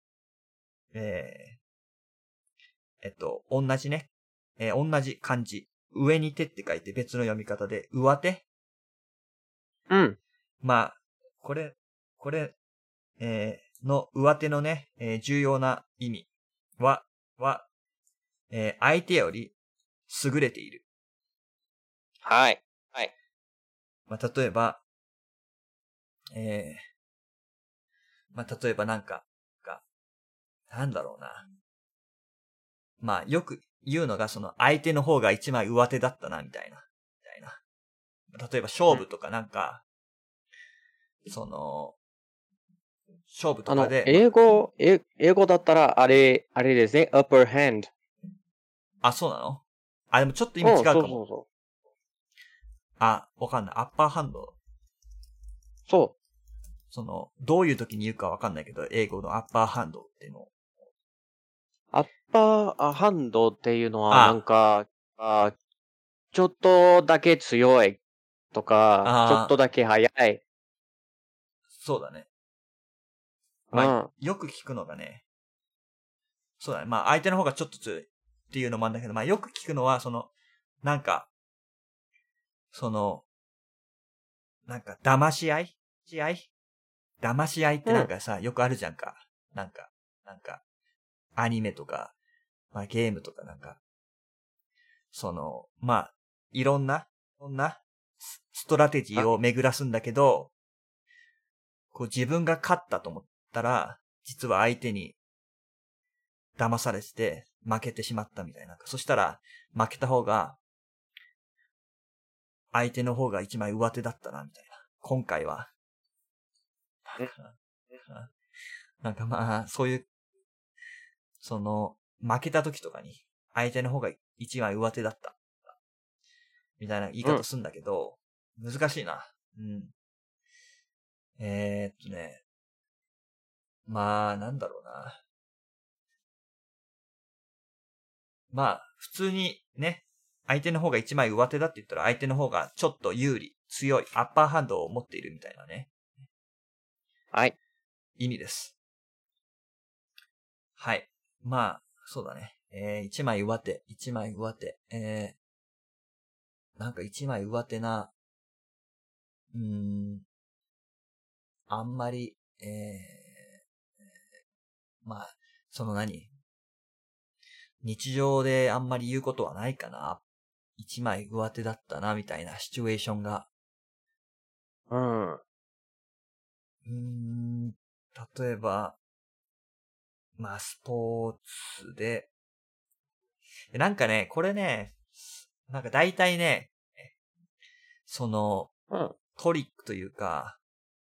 Speaker 1: えーえっと、同じね。えー同じ漢字。上に手って書いて別の読み方で、上手。
Speaker 2: うん。
Speaker 1: まあ、これ、これ、えーの上手のね、えー重要な意味は、は、えー相手より優れている。
Speaker 2: はい。はい。
Speaker 1: まあ、例えば、えーまあ、例えばなんか、が、なんだろうな。まあ、よく言うのが、その相手の方が一枚上手だったな、みたいな。みたいな。例えば勝負とかなんか、その、勝負と
Speaker 2: あの、
Speaker 1: かで、ま
Speaker 2: 英語、え、英語だったら、あれ、あれですね。upper hand。
Speaker 1: あ、あ、そうなのあ、でもちょっと意味
Speaker 2: うん、そう
Speaker 1: 違うかも。
Speaker 2: そうそ
Speaker 1: あ、わかんない。アッパーハンド。
Speaker 2: う。そう。
Speaker 1: その、どういう時に言うかわかんないけど、英語のアッパーハンドっていうのを。
Speaker 2: アッパーハンドっていうのは、なん
Speaker 1: あ
Speaker 2: か、あ、ちょっとだけ強いとか、ちょっ
Speaker 1: あ、ああ、
Speaker 2: とだけ速い。
Speaker 1: そうだね。まあ、
Speaker 2: うん。
Speaker 1: よく聞くのがね、そうだね。まあ、相手の方がちょっと強いっていうのもあるんだけど、まあ、よく聞くのは、その、なんか、その、なんか、騙し合い試合騙し合いって
Speaker 2: うん。
Speaker 1: なんかさ、よくあるじゃんか。なんか、なんか、アニメとか、まあ、ゲームとかなんか、その、まあ、いろんな、いろんなスストラテジー
Speaker 2: あ、
Speaker 1: を巡らすんだけど、こう自分が勝ったと思ったら、実は相手に騙されてて負けてしまったみたいな。そしたら、負けた方が、相手の方が一枚上手だったな、みたいな。今回は。
Speaker 2: うん。
Speaker 1: なんかまあ、そういう、その、負けた時とかに、相手の方が一枚上手だった。みたいな言い
Speaker 2: うん。
Speaker 1: 方すんだけど、難しいな。うん。えー、っとね。まあ、なんだろうな。まあ、普通にね、相手の方が一枚上手だって言ったら相手の方がちょっと有利、強い、アッパーハンドを持っているみたいなね、
Speaker 2: はい。
Speaker 1: 意味です。はい。まあ、そうだね。えー、一枚上手、一枚上手、えー、なんか一枚上手な、うーん、あんまり、えー、まあ、その何日常であんまり言うことはないかな。一枚上手だったな、みたいなシチュエーションが。
Speaker 2: うん。
Speaker 1: うーん、例えば、まあ、スポーツで、なんかね、これね、なんか大体ね、その、
Speaker 2: うん。
Speaker 1: トリックというか、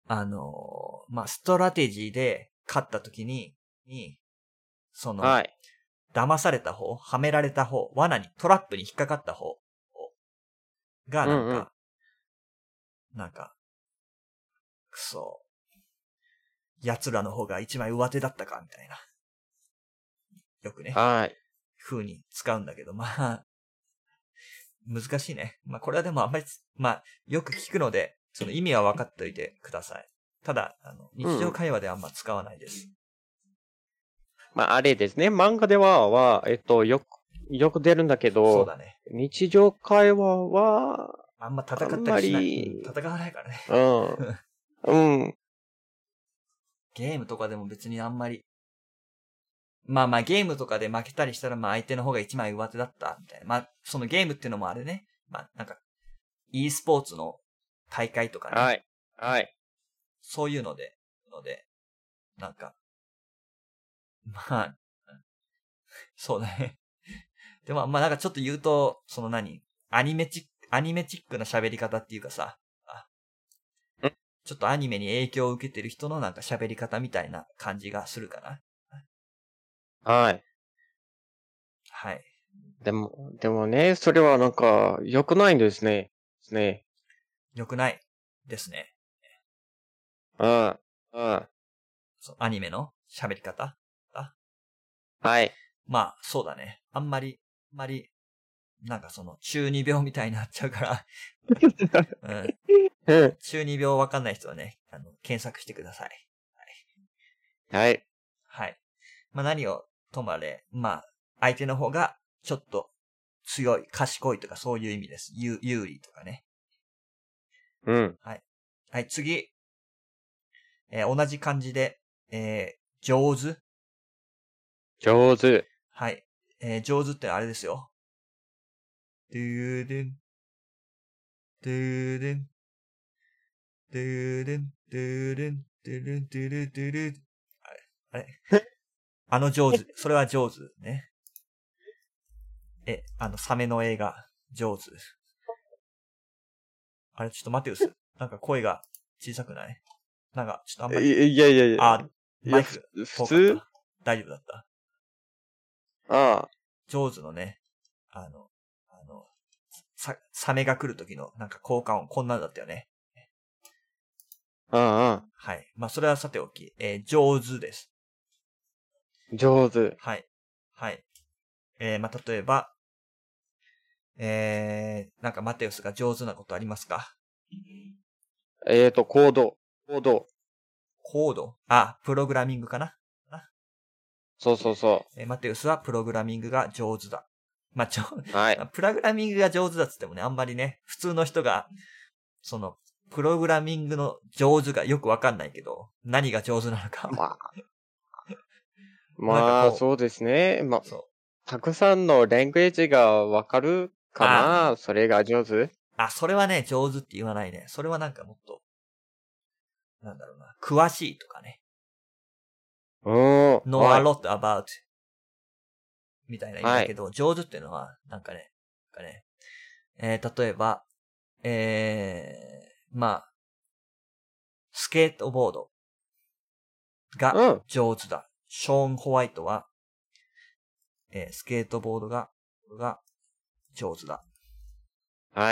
Speaker 1: あのー、まあ、ストラテジーで勝った時に、に、その、
Speaker 2: はい。
Speaker 1: 騙された方、はめられた方、罠に、トラップに引っかかった方が、なんか、
Speaker 2: うんうん。
Speaker 1: なんか、くそ、奴らの方が一枚上手だったか、みたいな。よくね、
Speaker 2: はい。
Speaker 1: 風に使うんだけど、まあ、難しいね。まあ、これはでもあんまり、まあ、よく聞くので、その意味は分かっておいてください。ただ、あの、日常会話ではあんま使わないです。
Speaker 2: まあ、あれですね。漫画では、は、えっと、よく、よく出るんだけど、
Speaker 1: そうだね。
Speaker 2: 日常会話は、
Speaker 1: あんま戦
Speaker 2: あんま
Speaker 1: ったりしない。うん、
Speaker 2: り、
Speaker 1: 戦わないからね。
Speaker 2: うん、うん、
Speaker 1: ゲームとかでも別にあんまり、まあまあゲームとかで負けたりしたらまあ相手の方が一枚上手だったみたいな。まあそのゲームっていうのもあれね。まあなんか e スポーツの大会とかね。
Speaker 2: はい、はい。
Speaker 1: そういうので、ので、なんか、まあ、そうだね。でもまあなんかちょっと言うと、その何アニメチック、アニメチックな喋り方っていうかさ、
Speaker 2: ん
Speaker 1: ちょっとアニメに影響を受けてる人のなんか喋り方みたいな感じがするかな。
Speaker 2: はい。
Speaker 1: はい。
Speaker 2: でも、でもね、それはなんか、良くないんですね。ですね。
Speaker 1: 良くないですね。
Speaker 2: うん、うん。
Speaker 1: そうアニメの喋り方あ
Speaker 2: はい。
Speaker 1: まあ、そうだね。あんまり、あんまり、なんかその、中二病みたいになっちゃうからうん。
Speaker 2: うん。
Speaker 1: 中二病わかんない人はね、あの、検索してください。
Speaker 2: はい。
Speaker 1: はい。まあ何をともあれ、まあ、相手の方が、ちょっと、強い、賢いとかそういう意味です。有、有利とかね。
Speaker 2: うん。
Speaker 1: はい。はい、次。えー同じ漢字で、えー上手。
Speaker 2: 上手。
Speaker 1: はい。えー上手ってあれですよ。ドゥーデン、ドゥーデン、ドゥーデン、ドゥーデン、ドゥルン、ドゥルン、ドゥルン。あれあれあの上手。それは上手ね。え、あの、サメの映画、上手。あれ、ちょっと待ってうす。なんか声が小さくないなんか、ちょっとあんまり、
Speaker 2: いいやいやいや。
Speaker 1: あ、
Speaker 2: いや、ふ、
Speaker 1: マイク
Speaker 2: 普通
Speaker 1: 遠かった。大丈夫だった。
Speaker 2: ああ。
Speaker 1: 上手のね、あの、あの、さ、サメが来る時のなんか効果音、こんなんだったよね。
Speaker 2: うんうん。
Speaker 1: はい。まあ、それはさておき、えー上手です。
Speaker 2: 上手。
Speaker 1: はい。はい。えー、まあ、例えば、えー、なんかマテウスが上手なことありますか
Speaker 2: えーと、コード。コード。
Speaker 1: コードあ、プログラミングかな
Speaker 2: そうそうそ
Speaker 1: えーマテウスはプログラミングが上手だ。まあ、ちょ、
Speaker 2: う。はい。
Speaker 1: プログラミングが上手だっつってもね、あんまりね、普通の人が、その、プログラミングの上手がよくわかんないけど、何が上手なのか。
Speaker 2: まあ、
Speaker 1: なんか
Speaker 2: まあ、
Speaker 1: こ
Speaker 2: そうですね。まあ、
Speaker 1: う、そう。
Speaker 2: たくさんのラングエージがわかるか
Speaker 1: あ、
Speaker 2: な。それが上手。
Speaker 1: あ、それはね、上手って言わないね。それはなんかもっと、なんだろうな、詳しいとかね。
Speaker 2: うーん。
Speaker 1: know
Speaker 2: は
Speaker 1: a
Speaker 2: い。
Speaker 1: lot about みたいな意味
Speaker 2: はい。
Speaker 1: だけど、上手っていうのは、なんかね、なんかね、えー、例えば、えー、まあ、スケートボードが
Speaker 2: うん。
Speaker 1: 上手だ。ショーン・ホワイトは、えー、スケートボードが、が上手だ。
Speaker 2: はい。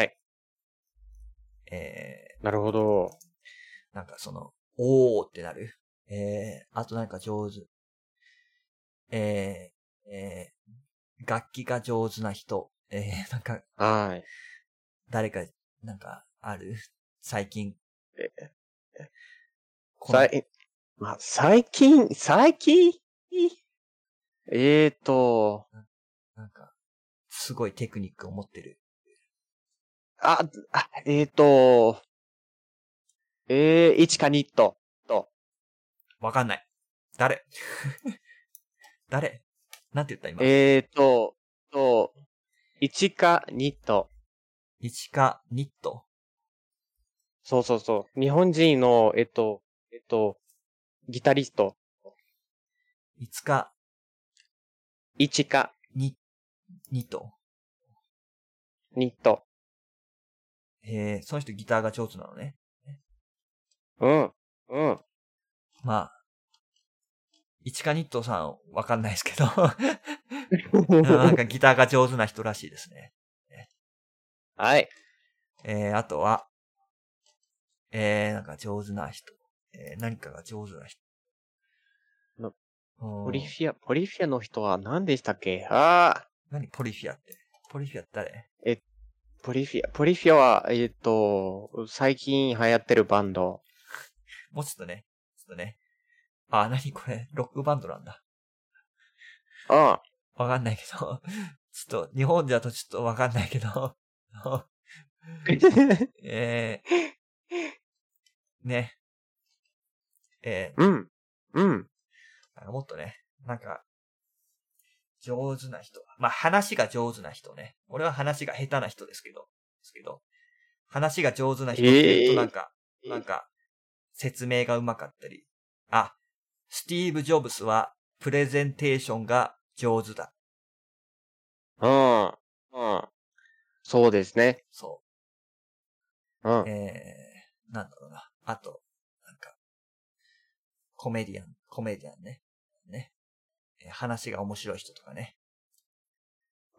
Speaker 1: え
Speaker 2: なるほど。
Speaker 1: ー、なんかその、おーってなる。えー、あとなんか上手。えー、えー、楽器が上手な人。えー、なんか、
Speaker 2: はい。
Speaker 1: 誰か、なんか、ある最近、
Speaker 2: え、
Speaker 1: この、
Speaker 2: さい、まあ、最近、最近えーと、
Speaker 1: なんか、すごいテクニックを持ってる。
Speaker 2: あ、あ、えーと、えー、いちかにと、と、
Speaker 1: わかんない。誰誰なんて言った今。
Speaker 2: えーと、と、いちかにと、
Speaker 1: 一かニット。
Speaker 2: そうそうそう。日本人の、えっと、えっと、ギタリスト、
Speaker 1: 五日
Speaker 2: いちか
Speaker 1: に、ニット。
Speaker 2: にと。
Speaker 1: えー、その人ギターが上手なのね。
Speaker 2: うん。 うん。
Speaker 1: まあ、一か日東さんわかんないですけど、なんかギターが上手な人らしいですね。
Speaker 2: はい。
Speaker 1: えー、あとは、えー、なんか上手な人。えー、何かが上手な人。
Speaker 2: の
Speaker 1: うん
Speaker 2: ポリフィア、ポリフィアの人は何でしたっけ？ああ、
Speaker 1: 何ポリフィアって。ポリフィアって誰？
Speaker 2: え、ポリフィア、ポリフィアは、えっと、最近流行ってるバンド。
Speaker 1: もうちょっとね。ちょっとね。あ、何これロックバンドなんだ。
Speaker 2: あ
Speaker 1: わかんないけど。ちょっと、日本だとちょっとわかんないけど。
Speaker 2: あ。
Speaker 1: えー、ね。え
Speaker 2: うん。うん。
Speaker 1: ー、なんかもっとね、なんか、上手な人。まあ、話が上手な人ね。俺は話が下手な人ですけど。ですけど。話が上手な人って言うと
Speaker 2: ええ
Speaker 1: なんか、なんか、説明が上手かったり。あ、スティーブ・ジョブスはプレゼンテーションが上手だ。
Speaker 2: うん。うん。そうですね。
Speaker 1: そ
Speaker 2: うん。
Speaker 1: う。えー、なんだろうな。あと、なんか、コメディアン、コメディアンね。ね。えー話が面白い人とかね。
Speaker 2: うん。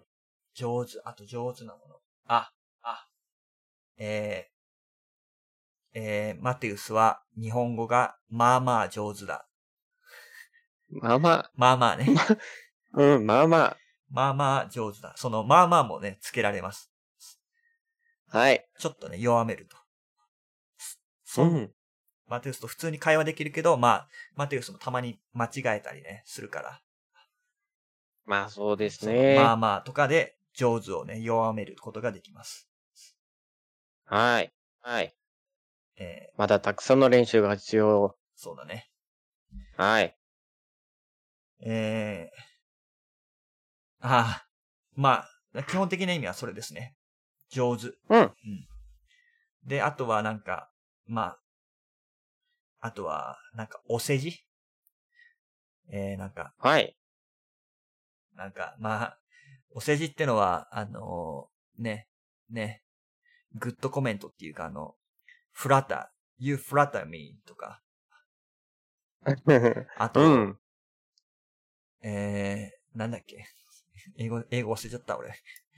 Speaker 1: 上手、あと上手なもの。あ、あ、えー、えー、マテウスは日本語がまあまあ上手だ。
Speaker 2: まあまあ、
Speaker 1: まあまあね。
Speaker 2: ま、うん、まあま
Speaker 1: まあまあ上手だ。そのまあまあもね、つけられます。
Speaker 2: あ。はい。
Speaker 1: ちょっとね、弱めると。そん、
Speaker 2: うん。
Speaker 1: マテウスと普通に会話できるけど、まあ、マテウスもたまに間違えたりね、するから。
Speaker 2: まあそうです
Speaker 1: その、まあ
Speaker 2: ね。
Speaker 1: まあとかで上手をね、弱めることができます。
Speaker 2: はい。はい。
Speaker 1: えー、
Speaker 2: まだたくさんの練習が必要。
Speaker 1: そうだね。
Speaker 2: はい。
Speaker 1: えー、ああ、まあ、基本的な意味はそれですね。上手。
Speaker 2: うん。
Speaker 1: うん。で、あとはなんか、まあ、あとは、なんか、お世辞えー、なんか、
Speaker 2: はい。
Speaker 1: なんか、まあ、お世辞ってのは、あのーね、ね、グッドコメントっていうか、あの、フラタ、you flatter me とか、あ
Speaker 2: う
Speaker 1: と、
Speaker 2: ん。
Speaker 1: えー、なんだっけ。英語、英語忘れちゃった、俺。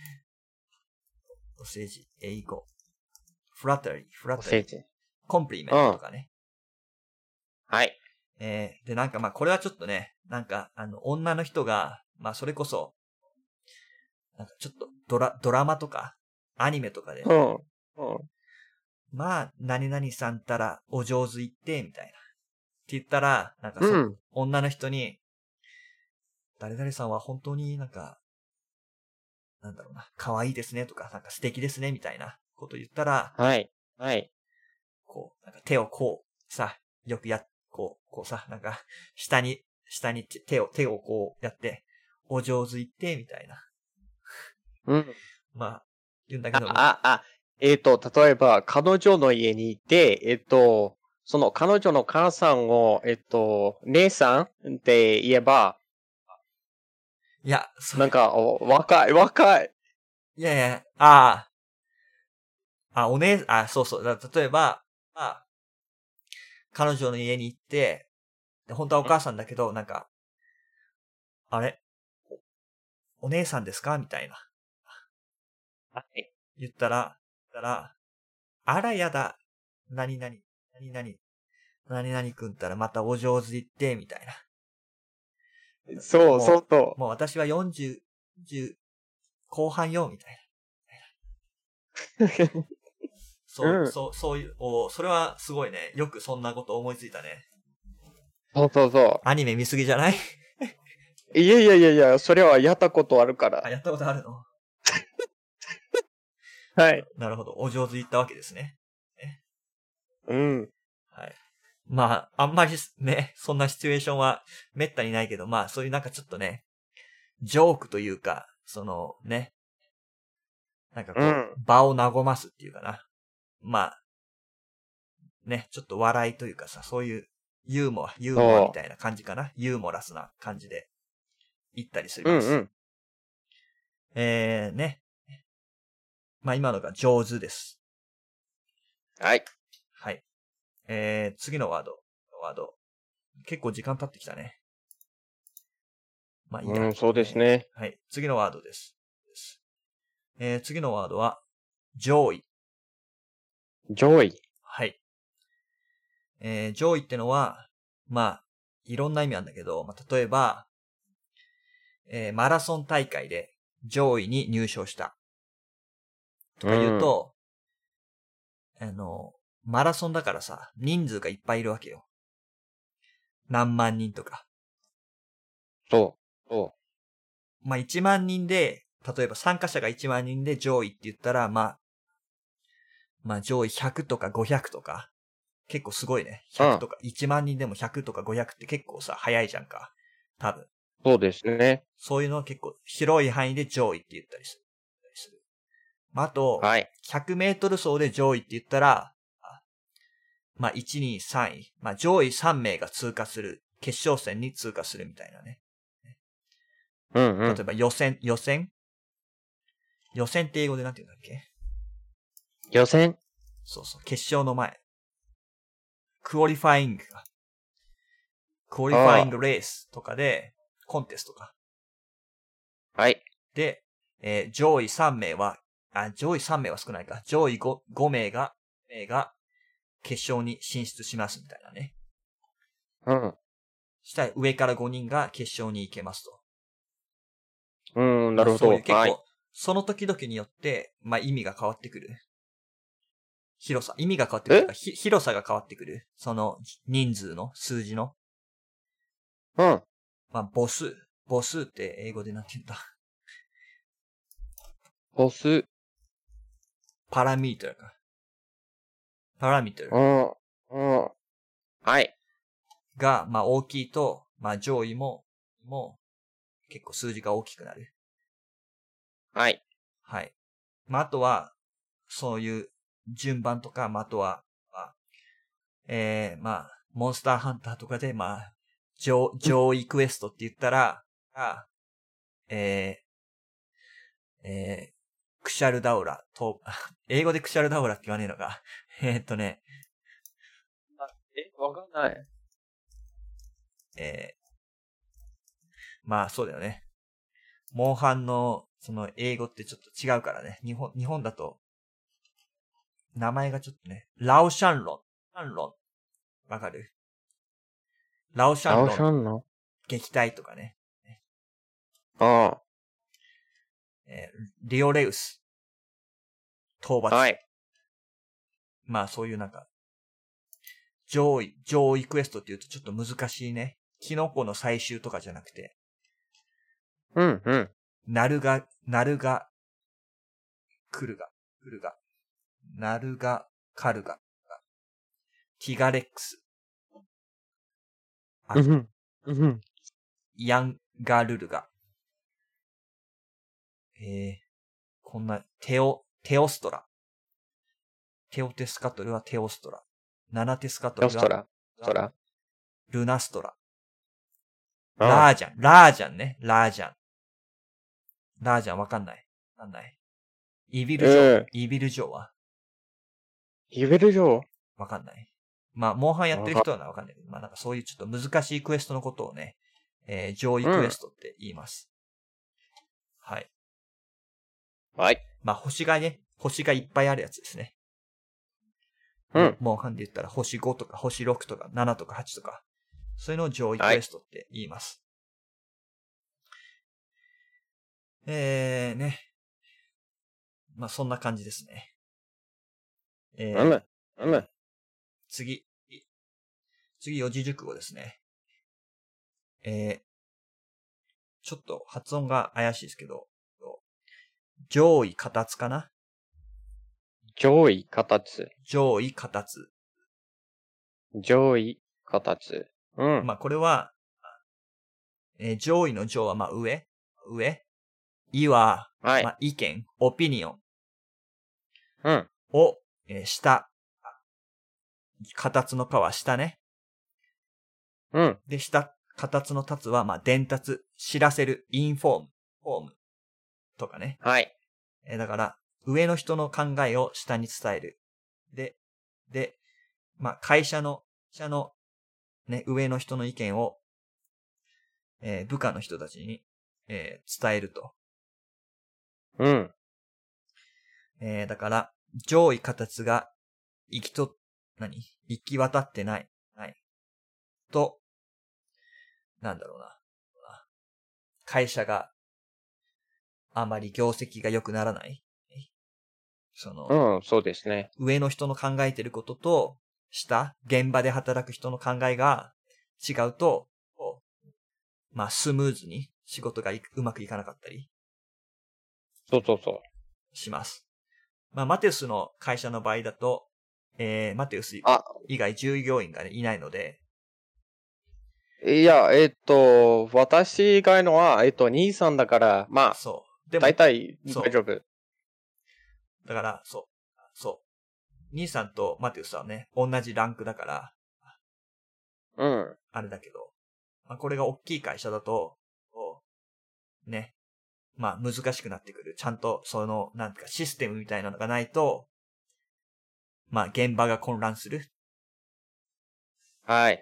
Speaker 1: お世辞、英語。フラッタリー、フラッタリー。
Speaker 2: おせち。
Speaker 1: コンプリメ
Speaker 2: うん。
Speaker 1: ントとかね。
Speaker 2: はい。
Speaker 1: えー、で、なんかまあ、これはちょっとね、なんか、あの、女の人が、まあ、それこそ、なんかちょっと、ドラ、ドラマとか、アニメとかで、
Speaker 2: うん。うん。
Speaker 1: まあ、何々さんたらお上手言って、みたいな。って言ったら、なんかそ、
Speaker 2: うん。
Speaker 1: 女の人に、誰々さんは本当になんか、なんだろうな、可愛いですねとか、なんか素敵ですねみたいなこと言ったら、
Speaker 2: はい。はい。
Speaker 1: こう、なんか手をこう、さ、よくや、こう、こうさ、なんか、下に、下に手を、手をこうやって、お上手言って、みたいな。
Speaker 2: うん。
Speaker 1: まあ、言うんだけ
Speaker 2: あ、
Speaker 1: ど、
Speaker 2: あ、あ、えっと、例えば、彼女の家に行って、えっと、その彼女の母さんを、えっと、姉さんって言えば、
Speaker 1: いや、それ、
Speaker 2: なんか、お若い、若い。
Speaker 1: いやいや、ああ、あ、お姉、あ、そうそう、だ例えば、まあ、彼女の家に行って、で本当はお母さんだけど、なんか、あれお、お姉さんですかみたいな。
Speaker 2: はい。
Speaker 1: 言ったら、言ったら、あらやだ。何々、何々、何々くんったらまたお上手言って、みたいな。
Speaker 2: そう、そう
Speaker 1: も
Speaker 2: そ
Speaker 1: う、もう私はよんじゅう、じゅう後半よ、みたいな。
Speaker 2: う。
Speaker 1: そう、
Speaker 2: うん。
Speaker 1: そう、そういう、おそれはすごいね。よくそんなこと思いついたね。
Speaker 2: そうそうそ
Speaker 1: アニメ見すぎじゃない？
Speaker 2: う。いやいやいやいや、それはやったことあるか
Speaker 1: あ、
Speaker 2: ら。
Speaker 1: やったことあるの？
Speaker 2: はい。
Speaker 1: なるほど。お上手言ったわけですね。ね
Speaker 2: うん。
Speaker 1: はい。まあ、あんまりね、そんなシチュエーションはめったにないけど、まあ、そういうなんかちょっとね、ジョークというか、そのね、なんかこ
Speaker 2: うん。
Speaker 1: う、場を和ますっていうかな。まあ、ね、ちょっと笑いというかさ、そういうユーモア、ユーモアみ
Speaker 2: そ
Speaker 1: たいな感じかな。ユーモラスな感じで言ったりし
Speaker 2: う。うん
Speaker 1: ます。
Speaker 2: うん。
Speaker 1: えー、ね。まあ今のが上手です。
Speaker 2: はい。
Speaker 1: はい。 えー、次のワード。ワード。結構時間経ってきたね。まあいいや。
Speaker 2: うん、そうですね。
Speaker 1: えーはい。次のワードです。えー、次のワードは、上位。
Speaker 2: 上位。
Speaker 1: はい。えー、上位ってのは、まあ、いろんな意味なんだけど、まあ、例えば、えー、マラソン大会で上位に入賞した。とか言うと、うん、あの、マラソンだからさ、人数がいっぱいいるわけよ。何万人とか。
Speaker 2: そう。そ
Speaker 1: まあ、いちまん人で、例えば参加者がいちまん人で上位って言ったら、まあ、まあ上位ひゃくとかごひゃくとか、結構すごいね。ひゃくとか、いちまん人でもひゃくとかごひゃくって結構さ、早いじゃんか。多分。
Speaker 2: そうですね。
Speaker 1: そういうのは結構広い範囲で上位って言ったりする。まあ、あと、
Speaker 2: はい。
Speaker 1: ひゃくメートル走で上位って言ったら、まあ、いち、に、さんい。まあ、上位さん名が通過する。決勝戦に通過するみたいなね。
Speaker 2: うんうん。
Speaker 1: 例えば予選、予選予選って英語でなんて言うんだっけ？
Speaker 2: 予選。
Speaker 1: そうそう、決勝の前。クオリファイングか。クオリファイングレースとかで、コンテストか。
Speaker 2: はい。
Speaker 1: で、えー上位さん名は、あ、上位さん名は少ないか。上位 5, 5名が、名が、決勝に進出しますみたいなね。
Speaker 2: うん。
Speaker 1: したら上からごにんが決勝に行けますと。
Speaker 2: うん、なるほど。
Speaker 1: まあそういう結構、
Speaker 2: はい。
Speaker 1: その時々によって、まあ意味が変わってくる。広さ、意味が変わってくるか、ひ広さが変わってくる。その人数の数字の。
Speaker 2: うん。
Speaker 1: まあ母数。母数って英語でなんて言うんだ。
Speaker 2: ボス。
Speaker 1: パラミーターか。パラミータ
Speaker 2: う
Speaker 1: ー
Speaker 2: ん。うん。はい。
Speaker 1: が、まあ大きいと、まあ上位も、もう結構数字が大きくなる。
Speaker 2: はい。
Speaker 1: はい。まああとは、そういう順番とか、まああとは、まあ、えー、まあ、モンスターハンターとかで、まあ、上、上位クエストって言ったら、あえー、えー、クシャルダウラと、英語でクシャルダウラって言わねえのか。えーっとね、
Speaker 2: え、わかんない。
Speaker 1: えー、まあそうだよね。モンハンの、その英語ってちょっと違うからね。日本、日本だと、名前がちょっとね、ラオシャンロン。シャンロン。わかる？ラオシャ
Speaker 2: ラオ
Speaker 1: ンロン。
Speaker 2: シャンの
Speaker 1: 撃退とかね。
Speaker 2: あ
Speaker 1: えー、リオレウス。討伐。
Speaker 2: あ。はい。
Speaker 1: まあそういうなんか、上位、上位クエストって言うとちょっと難しいね。キノコの採集とかじゃなくて、
Speaker 2: うん、うん。
Speaker 1: ナルガ、ナルガ、クルガ、クルガ、ナルガ、カルガ、ティガレックス、あ
Speaker 2: うん、うん。
Speaker 1: ヤンガルルガ、えー、こんな、テオ、テオストラ。テオテスカトルはテオストラ。ナナテスカトルは
Speaker 2: ヨストラ。ストラ。
Speaker 1: ルナストラ。
Speaker 2: あ
Speaker 1: ラージャン、ラージャンね。ラージャン。ラージャンわかんない。わかんない。イビルジョー。
Speaker 2: ええ
Speaker 1: イビルジョーは
Speaker 2: イベル城
Speaker 1: わかんない。まあ、モンハンやってる人はわかんないけど、まあなんかそういうちょっと難しいクエストのことをね、えー、上位クエストって言います。はい。
Speaker 2: はい。
Speaker 1: まあ星がね、星がいっぱいあるやつですね。
Speaker 2: うん。
Speaker 1: モンハンで言ったら星ごとか星ろくとかななとかはちとか、そういうのを上位クエストって言います。はい、えーね。まあそんな感じですね。えー、
Speaker 2: うむ。うむ。
Speaker 1: 次。次四字熟語ですね。えー、ちょっと発音が怪しいですけど、上位形かな
Speaker 2: 上位形。
Speaker 1: 上位形。
Speaker 2: 上位形。うん。
Speaker 1: まあこれは、えー上位の上はまあ上上位は、
Speaker 2: はい。
Speaker 1: まあ意見、オピニオン
Speaker 2: うん。
Speaker 1: を、えー下。形のかは下ね。
Speaker 2: うん。
Speaker 1: で、下、形の立つはまあ伝達、知らせる、インフォーム、フォームとかね。
Speaker 2: はい。
Speaker 1: えーだから、上の人の考えを下に伝える。で、で、 まあ、会社の、会社の、ね、上の人の意見を、えー、部下の人たちに、えー、伝えると。
Speaker 2: うん。
Speaker 1: えー、だから、上位形が、行きと、何行き渡ってない。はい。と、なんだろうな。会社が、あまり業績が良くならない。その、
Speaker 2: うん、そうですね。
Speaker 1: 上の人の考えてることと、下、現場で働く人の考えが違うと、こうまあ、スムーズに仕事がいうまくいかなかったり
Speaker 2: そうそうそ
Speaker 1: します。まあ、マテウスの会社の場合だと、えー、マテウス
Speaker 2: う。あ、
Speaker 1: 以外従業員が、ね、いないので、
Speaker 2: いや、えっと、私以外のは、えっと、兄さんだから、まあ、
Speaker 1: そう。でも、
Speaker 2: 大体
Speaker 1: そう
Speaker 2: 大丈夫。
Speaker 1: だから、そう。そう。兄さんとマテウスはね、同じランクだから、
Speaker 2: うん。
Speaker 1: あれだけど、まあ、これが大きい会社だと、こう、ね、まあ難しくなってくる。ちゃんとその、なんかシステムみたいなのがないと、まあ現場が混乱する。
Speaker 2: はい。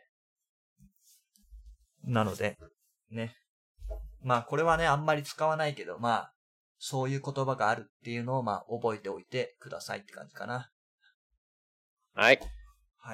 Speaker 1: なので、ね。まあこれはね、あんまり使わないけど、まあ、そういう言葉があるっていうのをまあ覚えておいてくださいって感じかな。
Speaker 2: はい。
Speaker 1: はい。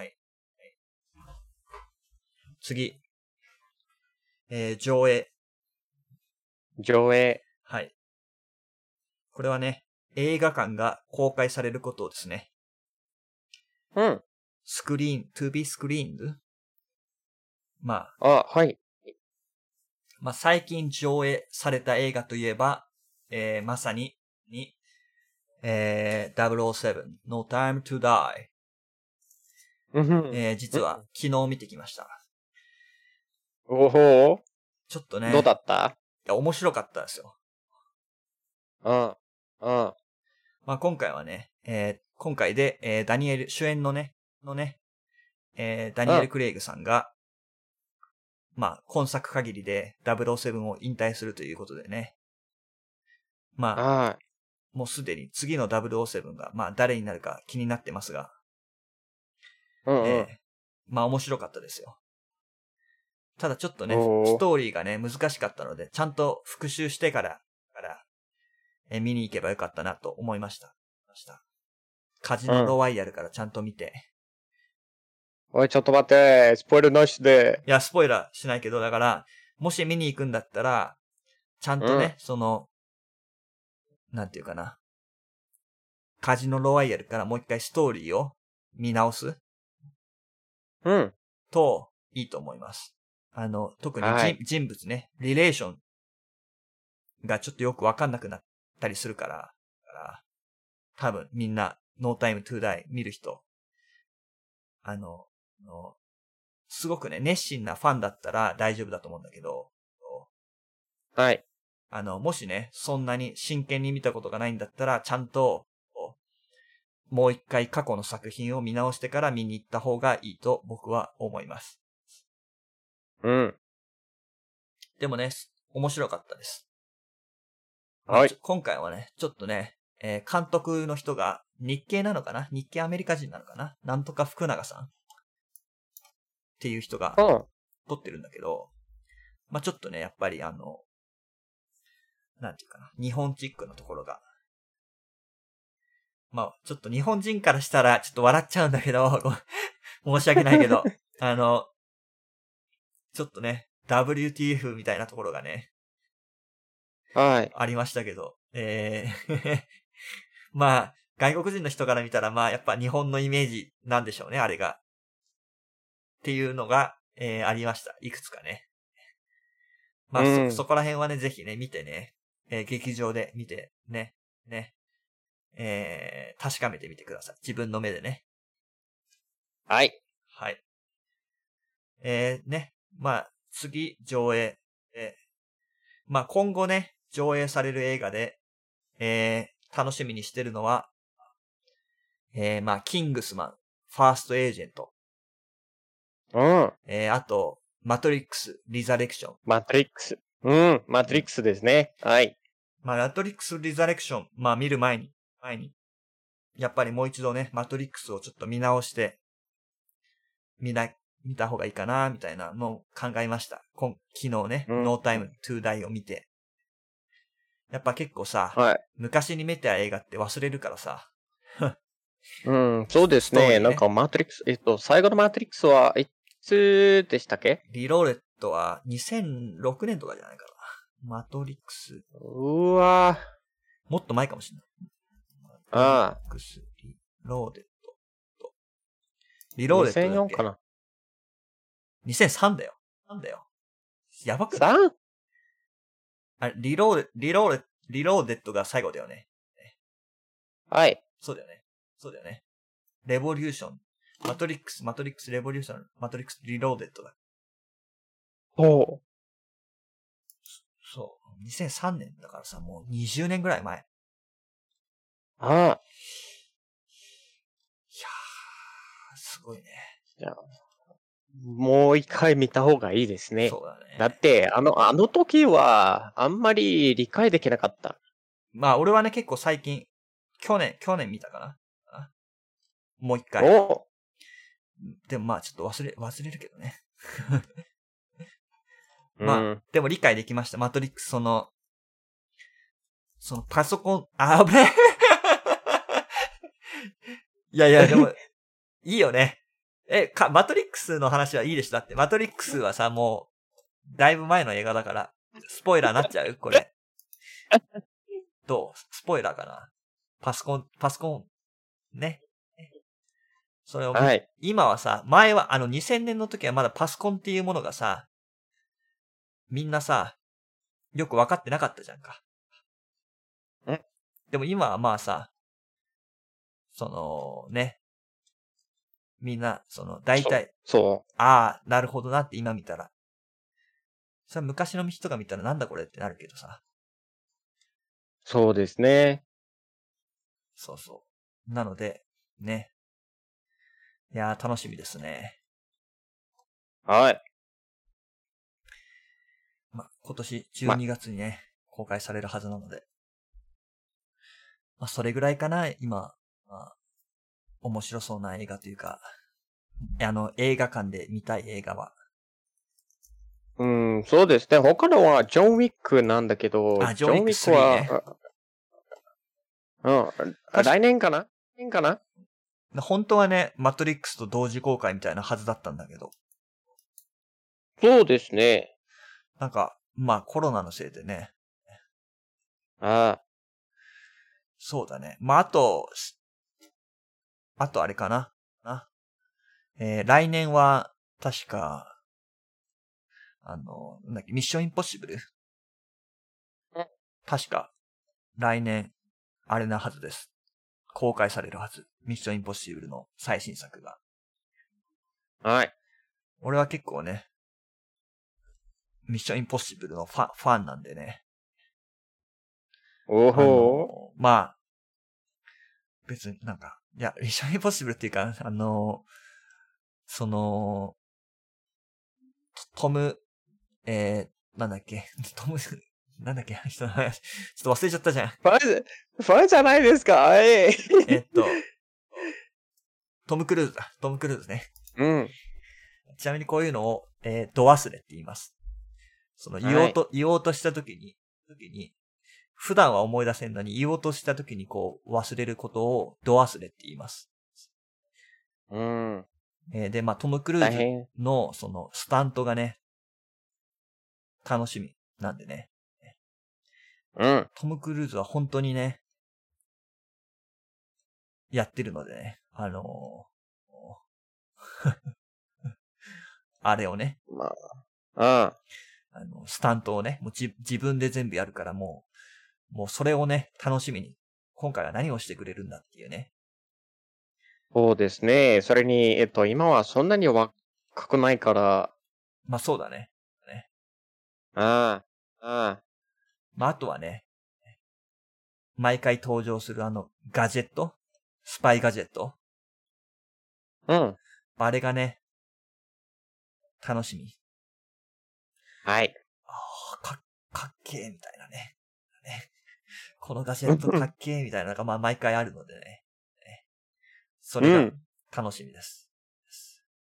Speaker 1: 次。えー、上映。
Speaker 2: 上映。
Speaker 1: はい。これはね、映画館が公開されることをですね。
Speaker 2: うん。
Speaker 1: スクリーン、to be screened? まあ、
Speaker 2: あ、はい。
Speaker 1: まあ、最近上映された映画といえば、えー、まさに、に、えー、ダブルオーセブン No Time to Die。
Speaker 2: うんふん。
Speaker 1: えー、実は昨日見てきました。
Speaker 2: おほ
Speaker 1: ちょっとね、
Speaker 2: どうだった？
Speaker 1: いや面白かったですよ。
Speaker 2: うん。うん。
Speaker 1: まあ、今回はね、えー、今回で、えー、ダニエル、主演のね、のね、えー、ダニエル・クレイグさんが、まあ、今作限りでダブルオーセブンを引退するということでね。まあ、
Speaker 2: はい。
Speaker 1: もうすでに次のダブルオーセブンが、まあ、誰になるか気になってますが、
Speaker 2: うんうん。
Speaker 1: えー、まあ、面白かったですよ。ただちょっとね、
Speaker 2: おー。
Speaker 1: ストーリーがね、難しかったので、ちゃんと復習してから、からえ見に行けばよかったなと思いました。カジノロワイヤルからちゃんと見て。
Speaker 2: おい、ちょっと待って。スポイルなしで。
Speaker 1: いや、スポイラーしないけど、だから、もし見に行くんだったら、ちゃんとね、
Speaker 2: うん。
Speaker 1: その、なんていうかな。カジノロワイヤルからもう一回ストーリーを見直す
Speaker 2: うん。
Speaker 1: と、いいと思います。あの、特に
Speaker 2: はい。
Speaker 1: 人物ね、リレーションがちょっとよくわかんなくなったりするから、だから多分みんな、No Time to Die 見る人、あの、のすごくね、熱心なファンだったら大丈夫だと思うんだけど、
Speaker 2: はい。
Speaker 1: あの、もしね、そんなに真剣に見たことがないんだったら、ちゃんと、もう一回過去の作品を見直してから見に行った方がいいと僕は思います。
Speaker 2: うん。
Speaker 1: でもね、面白かったです。
Speaker 2: はい。
Speaker 1: まあ、今回はね、ちょっとね、えー、監督の人が日系なのかな日系アメリカ人なのかななんとか福永さんっていう人が
Speaker 2: うん。
Speaker 1: 撮ってるんだけど、まあ、ちょっとね、やっぱりあの、なんていうかな、日本チックなところが、まあ、ちょっと日本人からしたらちょっと笑っちゃうんだけど、申し訳ないけど、あの、ちょっとね、ダブリューティーエフ みたいなところがね、
Speaker 2: はい。
Speaker 1: ありましたけど、えーまあ、外国人の人から見たら、まあ、やっぱ日本のイメージなんでしょうね、あれが。っていうのが、えー、ありました。いくつかね。まあ、そ、
Speaker 2: うん。
Speaker 1: そこら辺はね、ぜひね、見てね、えー、劇場で見て、ね、ね、えー、確かめてみてください。自分の目でね。
Speaker 2: はい。
Speaker 1: はい。えー、ね、まあ、次、上映。えー、まあ、今後ね、上映される映画で、えー、楽しみにしてるのは、えー、まあ、キングスマン、ファーストエージェント。
Speaker 2: うん。
Speaker 1: えー、あと、マトリックス、リザレクション。
Speaker 2: マトリックス。うん。マトリックスですね。はい。
Speaker 1: まあ、マトリックス、リザレクション、まあ、見る前に、前に、やっぱりもう一度ね、マトリックスをちょっと見直して、 見な、見た方がいいかな、みたいなのを考えました。今昨日ね、
Speaker 2: うん、
Speaker 1: No Time to Die を見て。やっぱ結構さ、
Speaker 2: はい。
Speaker 1: 昔に見た映画って忘れるからさ。
Speaker 2: うん、そうですね。
Speaker 1: ストーリーね。
Speaker 2: なんかマトリックス、えっと、最後のマトリックスはいつでしたっけ？
Speaker 1: リローレットはにせんろくねんとかじゃないかな。マトリックス。
Speaker 2: うわぁ。
Speaker 1: もっと前かもしれない。
Speaker 2: ああ。
Speaker 1: マトリックス、リローレット。リローレットだっけ？
Speaker 2: にせんよんかな。
Speaker 1: にせんさんだよ。なんだよ。やばくない？
Speaker 2: さん？
Speaker 1: あれ、リローレ、リローレ、リローデットが最後だよね。
Speaker 2: はい。
Speaker 1: そうだよね。そうだよね。レボリューション。マトリックス、マトリックス、レボリューション、マトリックス、リローデットだ。
Speaker 2: ほう。
Speaker 1: そう。にせんさんねんだからさ、もうにじゅうねんぐらい前。い
Speaker 2: ああ。
Speaker 1: やー、すごいね。
Speaker 2: じゃあ、もう一回見た方がいいですね。
Speaker 1: そうだね。
Speaker 2: だって、あの、あの時は、あんまり理解できなかった。
Speaker 1: まあ、俺はね、結構最近、去年、去年見たかな。もう一回。
Speaker 2: お
Speaker 1: でもまあ、ちょっと忘れ、忘れるけどね。
Speaker 2: うん、
Speaker 1: まあ、でも理解できました。マトリックス、その、そのパソコン、あ、危ない。いやいや、でも、いいよね。え、か、マトリックスの話はいいでしょ。だって、マトリックスはさ、もう、だいぶ前の映画だから、スポイラーなっちゃうこれ。どうスポイラーかなパソコン、パソコン、ね。それを、
Speaker 2: はい。
Speaker 1: 今はさ、前は、あのにせんねんの時はまだパソコンっていうものがさ、みんなさ、よくわかってなかったじゃんか。
Speaker 2: ん
Speaker 1: でも今はまあさ、その、ね。みんな、その、大体、
Speaker 2: そう。
Speaker 1: ああ、なるほどなって今見たら。それは昔の人が見たらなんだこれってなるけどさ。
Speaker 2: そうですね。
Speaker 1: そうそう。なので、ね。いやー、楽しみですね。
Speaker 2: はい。
Speaker 1: ま、今年じゅうにがつにね、公開されるはずなので。まあ、それぐらいかな、今、まあ、面白そうな映画というか、あの、映画館で見たい映画は。
Speaker 2: うん、そうですね。他のはジョン・ウィックなんだけど、
Speaker 1: あ、ジョン・ウィック
Speaker 2: ジョンウィック
Speaker 1: スリーね。
Speaker 2: は、うん、来年かな来年かな
Speaker 1: 本当はね、マトリックスと同時公開みたいなはずだったんだけど。
Speaker 2: そうですね。
Speaker 1: なんか、まあコロナのせいでね。
Speaker 2: ああ。
Speaker 1: そうだね。まああと、あとあれかな。なえー、来年は、確か、あの、なんだっけ、ミッションインポッシブル確か、来年、あれなはずです。公開されるはず。ミッションインポッシブルの最新作が。
Speaker 2: はい。
Speaker 1: 俺は結構ね、ミッションインポッシブルのファン、ファンなんでね。
Speaker 2: お
Speaker 1: あの
Speaker 2: ほ
Speaker 1: ー、まあ、別になんか、いや、ミッションインポッシブルっていうか、あのー、その、トム、えー、なんだっけ、トム、なんだっけ、あの人の話、ちょっと忘れちゃったじゃん。
Speaker 2: ファン、ファンじゃないですかええ。
Speaker 1: えっと、トム・クルーズだ。トム・クルーズね。
Speaker 2: うん。
Speaker 1: ちなみにこういうのを、えー、ド忘れって言います。その、言おうと、はい、言おうとした時に、時に、普段は思い出せんのに、言おうとした時にこう、忘れることをド忘れって言います。
Speaker 2: うん。
Speaker 1: えー、で、まあ、トム・クルーズの、その、スタントがね、楽しみなんでね。
Speaker 2: うん。
Speaker 1: トム・クルーズは本当にね、やってるのでね、あのー、あれをね、
Speaker 2: まあ、
Speaker 1: あの、スタントをね、もうじ自分で全部やるからもう、もうそれをね、楽しみに、今回は何をしてくれるんだっていうね。
Speaker 2: そうですね。それに、えっと、今はそんなに若くないから。
Speaker 1: まあそうだね。ね
Speaker 2: ああ、ああ。
Speaker 1: まああとはね、毎回登場するあの、ガジェットスパイガジェット
Speaker 2: うん。
Speaker 1: あれがね、楽しみ。
Speaker 2: はい。
Speaker 1: ああ、か、かっけーみたいなね。ねこのガジェットかっけーみたいなのがまあ毎回あるのでね。ねそれが楽しみです。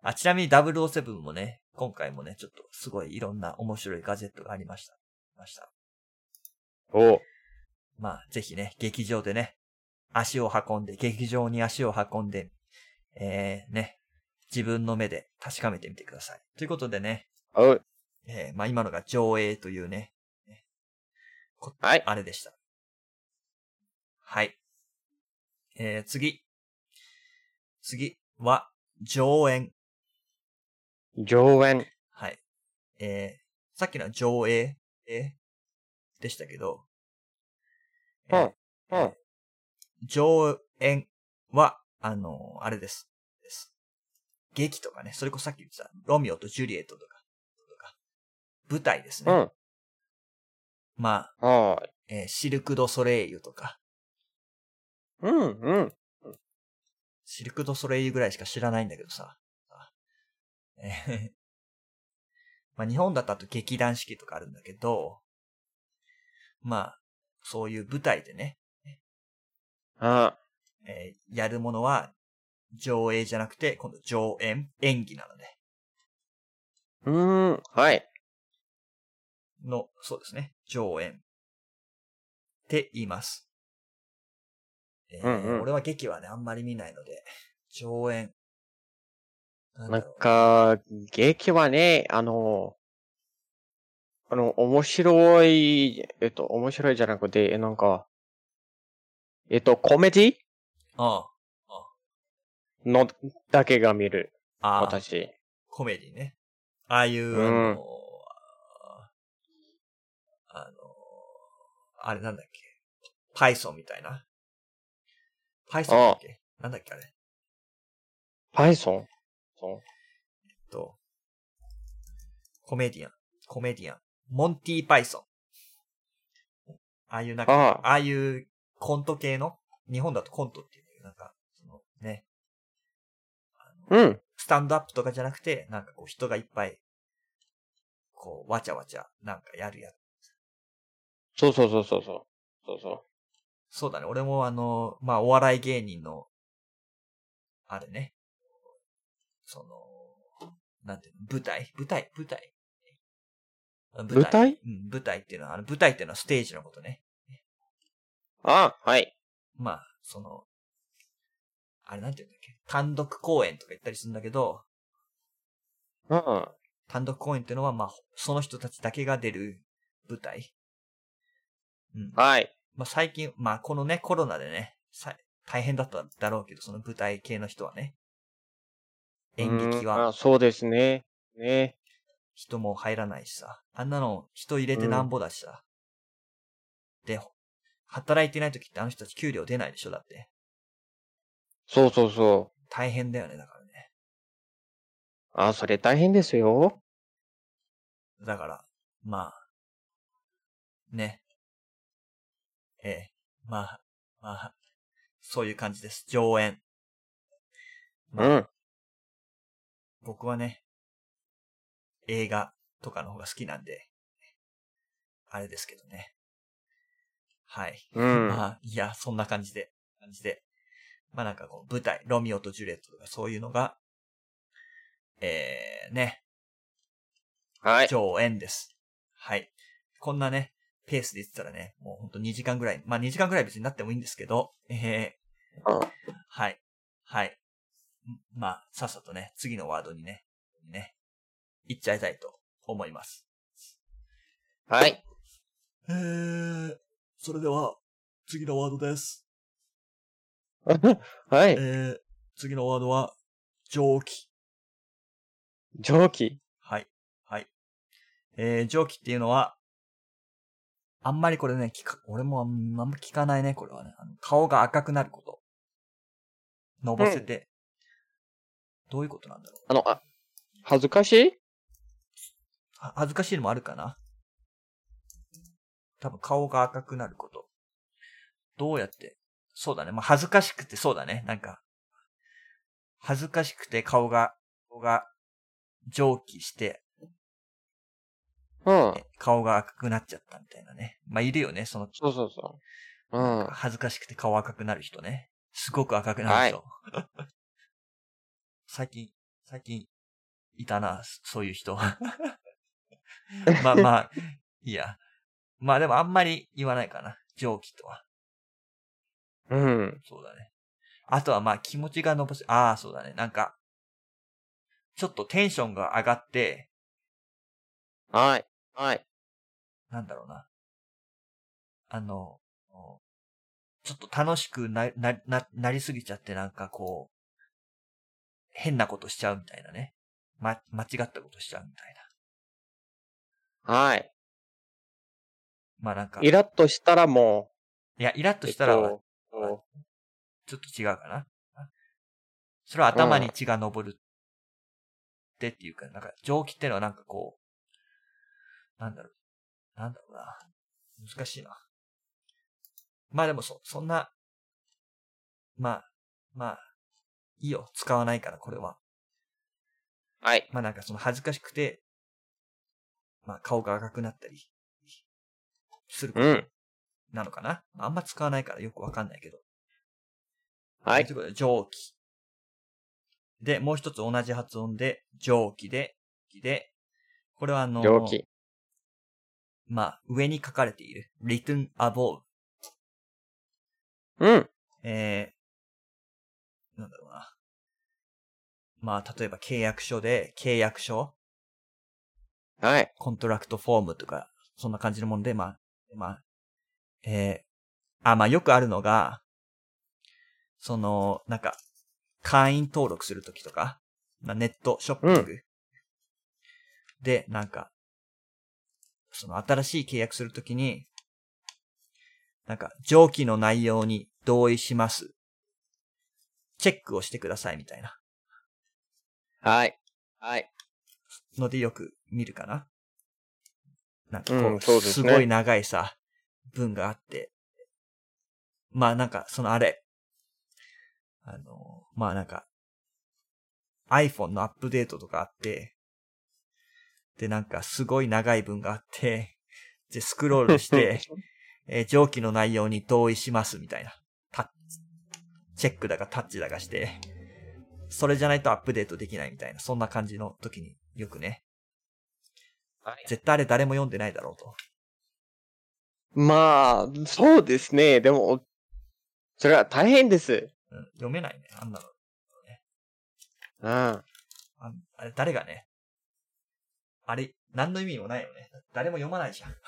Speaker 1: あ、ちなみにダブルオーセブンもね、今回もね、ちょっとすごいいろんな面白いガジェットがありました。ました。
Speaker 2: お
Speaker 1: まあ、ぜひね、劇場でね、足を運んで、劇場に足を運んで、えー、ね、自分の目で確かめてみてください。ということでね、
Speaker 2: お
Speaker 1: えー、まあ今のが上映というね、ね
Speaker 2: はい。
Speaker 1: あれでした。はい。えー、次。次は、上演。
Speaker 2: 上演。
Speaker 1: はい。えー、さっきのは上映、えー、でしたけど、えー
Speaker 2: うん。うん。
Speaker 1: えー上演は、あのーあれです。です。劇とかね、それこそさっき言ってた、ロミオとジュリエットとか、とか舞台ですね。
Speaker 2: うん。
Speaker 1: まあ、
Speaker 2: はい。
Speaker 1: えーシルク・ド・ソレイユとか、
Speaker 2: うん、うん。
Speaker 1: シルク・ド・ソレイユぐらいしか知らないんだけどさ。えーまあ、日本だとあと劇団四季とかあるんだけど、まあ、そういう舞台でね、
Speaker 2: あ
Speaker 1: えーやるものは上映じゃなくて、今度上演、演技なので、
Speaker 2: うーん。はい。
Speaker 1: の、そうですね、上演って言います。えー
Speaker 2: うんうん
Speaker 1: 俺は劇はね、あんまり見ないので、上演。なん
Speaker 2: なん
Speaker 1: だろう。
Speaker 2: か、劇はね、あの、あの、面白い、えっと、面白いじゃなくて、えなんか、えっと、コメディ
Speaker 1: ああ、
Speaker 2: のだけが見る。
Speaker 1: ああ、
Speaker 2: 私。
Speaker 1: コメディね。ああいう、あの、
Speaker 2: うん。
Speaker 1: あの、あれなんだっけ。パイソンみたいな。パイソンだっ
Speaker 2: あ、
Speaker 1: けなんだっけあれ。
Speaker 2: パイソンそう
Speaker 1: と、コメディアン。コメディアン。モンティーパイソン。ああいうなんか、
Speaker 2: あ
Speaker 1: ああいうコント系の、日本だとコントっていう、なんか、そのね、
Speaker 2: うん。
Speaker 1: スタンドアップとかじゃなくて、なんかこう人がいっぱい、こう、わちゃわちゃ、なんかやるやつ。
Speaker 2: そうそうそうそうそう。そうそ
Speaker 1: そうだね。俺もあの、まあ、お笑い芸人の、あれね、その、なんていうの、舞台舞台舞台舞台
Speaker 2: 舞台
Speaker 1: うん、舞台っていうのは、あの、舞台っていうのはステージのことね。
Speaker 2: あ、はい。
Speaker 1: まあ、その、あれなんていうんだっけ単独公演とか言ったりするんだけど、
Speaker 2: うん。
Speaker 1: 単独公演っていうのは、まあ、その人たちだけが出る舞台。うん。
Speaker 2: はい。
Speaker 1: まあ、最近、まあ、このね、コロナでね、さ大変だっただろうけど、その舞台系の人はね、
Speaker 2: う
Speaker 1: 演劇
Speaker 2: ん。
Speaker 1: は
Speaker 2: あ、そうですね。ね。
Speaker 1: 人も入らないしさ、あんなの人入れて
Speaker 2: うん。
Speaker 1: なんぼだしさ。で、働いてない時ってあの人たち給料出ないでしょだって。
Speaker 2: そうそうそう。
Speaker 1: 大変だよね、だからね。
Speaker 2: あ、それ大変ですよ。
Speaker 1: だから、まあ、ね、ええ、まあ、まあ、そういう感じです。上演。まあ、
Speaker 2: うん。
Speaker 1: 僕はね、映画とかの方が好きなんで、あれですけどね。はい。
Speaker 2: うん。
Speaker 1: まあ、いや、そんな感じで、感じで。まあなんかこう、舞台、ロミオとジュレットとかそういうのが、えー、ね、
Speaker 2: はい。
Speaker 1: 上演です。はい。こんなね、ペースで言ってたらね、もうほんとにじかんぐらい、まあにじかんぐらい別になってもいいんですけど、え
Speaker 2: うん
Speaker 1: ー、はい。はい。んまあ、さっさとね、次のワードにね、ね、行っちゃいたいと思います。
Speaker 2: はい。
Speaker 1: えー、それでは、次のワードです。
Speaker 2: はい。
Speaker 1: えー、次のワードは、蒸気。
Speaker 2: 蒸気。
Speaker 1: はい。はい。えー、蒸気っていうのは、あんまりこれね、聞か、俺もあんま聞かないね、これはね。あの顔が赤くなること。のぼせ
Speaker 2: うん。
Speaker 1: て、どういうことなんだろう。
Speaker 2: あの、あ、恥ずかしい
Speaker 1: は恥ずかしいのもあるかな。多分顔が赤くなること。どうやって。そうだね。まあ、恥ずかしくてそうだね。なんか、恥ずかしくて顔が、顔が蒸気して、
Speaker 2: うん。
Speaker 1: 顔が赤くなっちゃったみたいなね。まあ、いるよね。その、
Speaker 2: そうそうそう。う
Speaker 1: なんか
Speaker 2: ん。
Speaker 1: 恥ずかしくて顔赤くなる人ね。すごく赤くなる
Speaker 2: はい。
Speaker 1: 人。最近、最近いたな、そういう人。まあまあ、いいや。まあでもあんまり言わないかな。蒸気とは。
Speaker 2: うん。
Speaker 1: そうだね。あとはまあ気持ちが伸ばせ、ああ、そうだね。なんか、ちょっとテンションが上がって、
Speaker 2: はい。はい。
Speaker 1: なんだろうな。あの、ちょっと楽しくな、な、な、なりすぎちゃってなんかこう、変なことしちゃうみたいなね。ま、間違ったことしちゃうみたいな。
Speaker 2: はい。
Speaker 1: まあなんか、
Speaker 2: イラッとしたらも
Speaker 1: いや、イラッ
Speaker 2: う、えっ
Speaker 1: としたらは、
Speaker 2: と、こ
Speaker 1: ちょっと違うかな。それは
Speaker 2: う、うん。
Speaker 1: 頭に血が昇るってっていうか、なんか、蒸気ってのはなんかこう、なんだろう、なんだろうな。難しいな。まあでもそ、そんな、まあ、まあ、いいよ。使わないから、これは。
Speaker 2: はい。
Speaker 1: まあなんかその恥ずかしくて、まあ顔が赤くなったりすること
Speaker 2: うん。
Speaker 1: なのかな。あんま使わないからよくわかんないけど。
Speaker 2: はい。
Speaker 1: ということで、蒸気。で、もう一つ同じ発音で、蒸気で、で、これはあの、
Speaker 2: 蒸気。
Speaker 1: まあ、上に書かれている、written above。
Speaker 2: うん。
Speaker 1: えー、なんだろうな。まあ、例えば契約書で、契約書、
Speaker 2: はい。
Speaker 1: コントラクトフォームとか、そんな感じのもんで、まあ、まあ、えー、あ、まあよくあるのが、その、なんか、会員登録するときとか、まあ、ネットショッ
Speaker 2: うん。
Speaker 1: ピングで、なんか、その新しい契約するときに、なんか、上記の内容に同意します。チェックをしてくださいみたいな
Speaker 2: はい。はい。
Speaker 1: のでよく見るかな。なんかこう、
Speaker 2: うん、そうですね。
Speaker 1: すごい長いさ、文があって、まあなんか、そのあれ、あの、まあなんか、iPhone のアップデートとかあって、でなんかすごい長い文があって、でスクロールして、えー上記の内容に同意しますみたいな。タチェックだかタッチだかして、それじゃないとアップデートできないみたいな、そんな感じの時によくね、
Speaker 2: はい。
Speaker 1: 絶対あれ誰も読んでないだろうと。
Speaker 2: まあ、そうですね。でも、それは大変です。
Speaker 1: うん、読めないね、あんなの。
Speaker 2: うん。
Speaker 1: ああれ誰がね、あれ、何の意味もないよね。誰も読まないじゃん。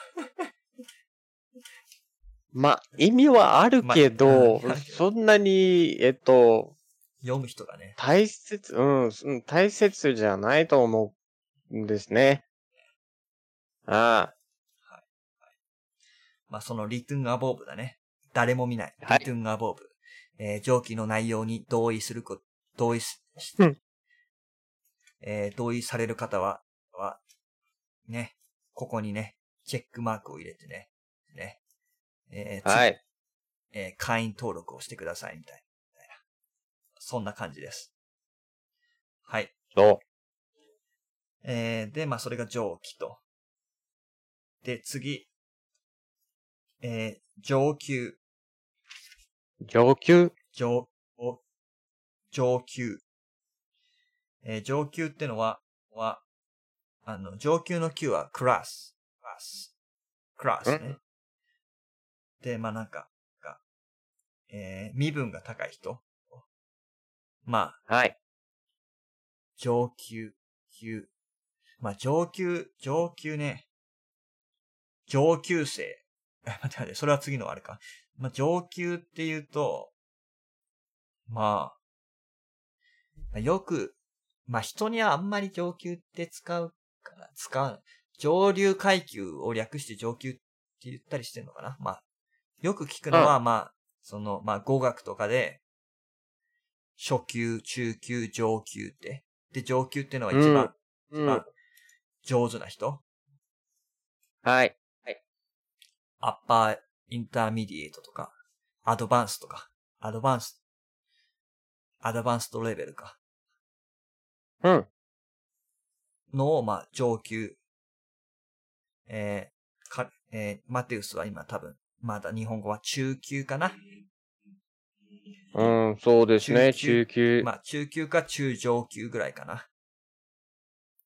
Speaker 2: まあ、意味はある
Speaker 1: まあ、
Speaker 2: け
Speaker 1: うん、あ
Speaker 2: ど、
Speaker 1: るけど、
Speaker 2: そんなに、えっと、
Speaker 1: 読む人がね、
Speaker 2: 大切、うん、うん大切じゃないと思うんですね。あ
Speaker 1: はい。まあ、その written above だね。誰も見ない。
Speaker 2: あ。はい。
Speaker 1: written above。えー上記の内容に同意するこ、同意し、
Speaker 2: うん。
Speaker 1: えー同意される方は、は、ね、ここにね、チェックマークを入れてね、ね、えーつ、
Speaker 2: はい。
Speaker 1: えー会員登録をしてくださいみたいな。そんな感じです。はい。
Speaker 2: そ
Speaker 1: えーで、まあ、それが上記と。で、次、えー上級、
Speaker 2: う。上級。
Speaker 1: 上、上級。えー上級ってのは、は、あの、上級の級はクラス。クラス。クラスね。
Speaker 2: うん。
Speaker 1: で、まあ、なんか、がえー身分が高い人。まあ、
Speaker 2: はい。
Speaker 1: 上級、級。まあ、上級、上級ね。上級生。え待って待って、それは次のあれか。まあ、上級って言うと、まあ、よく、まあ、人にはあんまり上級って使うかな。使う。上流階級を略して上級って言ったりしてんのかな。まあ、よく聞く
Speaker 2: うん。
Speaker 1: のは、まあ、その、まあ、語学とかで、初級、中級、上級って。で、上級ってのは
Speaker 2: うん。
Speaker 1: 一番、一
Speaker 2: うん。
Speaker 1: 番上手な人。
Speaker 2: はい。はい。
Speaker 1: アッパー、インターミディエイトとか、アドバンスとか、アドバンス、アドバンストレベルか。
Speaker 2: うん。
Speaker 1: のを、まあ、上級。えー、か、えー、マテウスは今多分、まだ日本語は中級かな。
Speaker 2: うん、そうですね。
Speaker 1: 中級、
Speaker 2: 中級。
Speaker 1: まあ、中級か中上級ぐらいかな。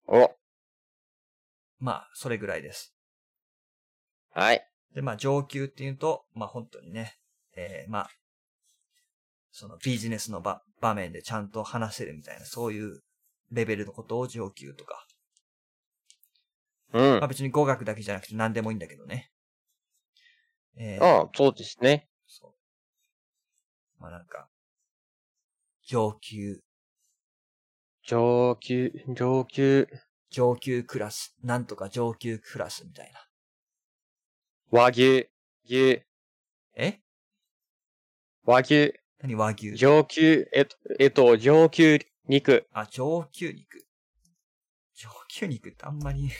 Speaker 2: お、
Speaker 1: まあ、それぐらいです。
Speaker 2: はい。
Speaker 1: で、まあ、上級っていうと、まあ、本当にね、えー、まあ、そのビジネスの場、場面でちゃんと話せるみたいな、そういうレベルのことを上級とか。
Speaker 2: うん。
Speaker 1: まあ別に語学だけじゃなくて何でもいいんだけどね。えー、
Speaker 2: ああ、そうですね。
Speaker 1: そう。まあなんか、上級、
Speaker 2: 上級、上級、
Speaker 1: 上級クラス、なんとか上級クラスみたいな。
Speaker 2: 和牛、牛、
Speaker 1: え
Speaker 2: 和牛、
Speaker 1: 何和牛？
Speaker 2: 上級、えっと、えっと、上級肉。
Speaker 1: あ、上級肉。上級肉ってあんまり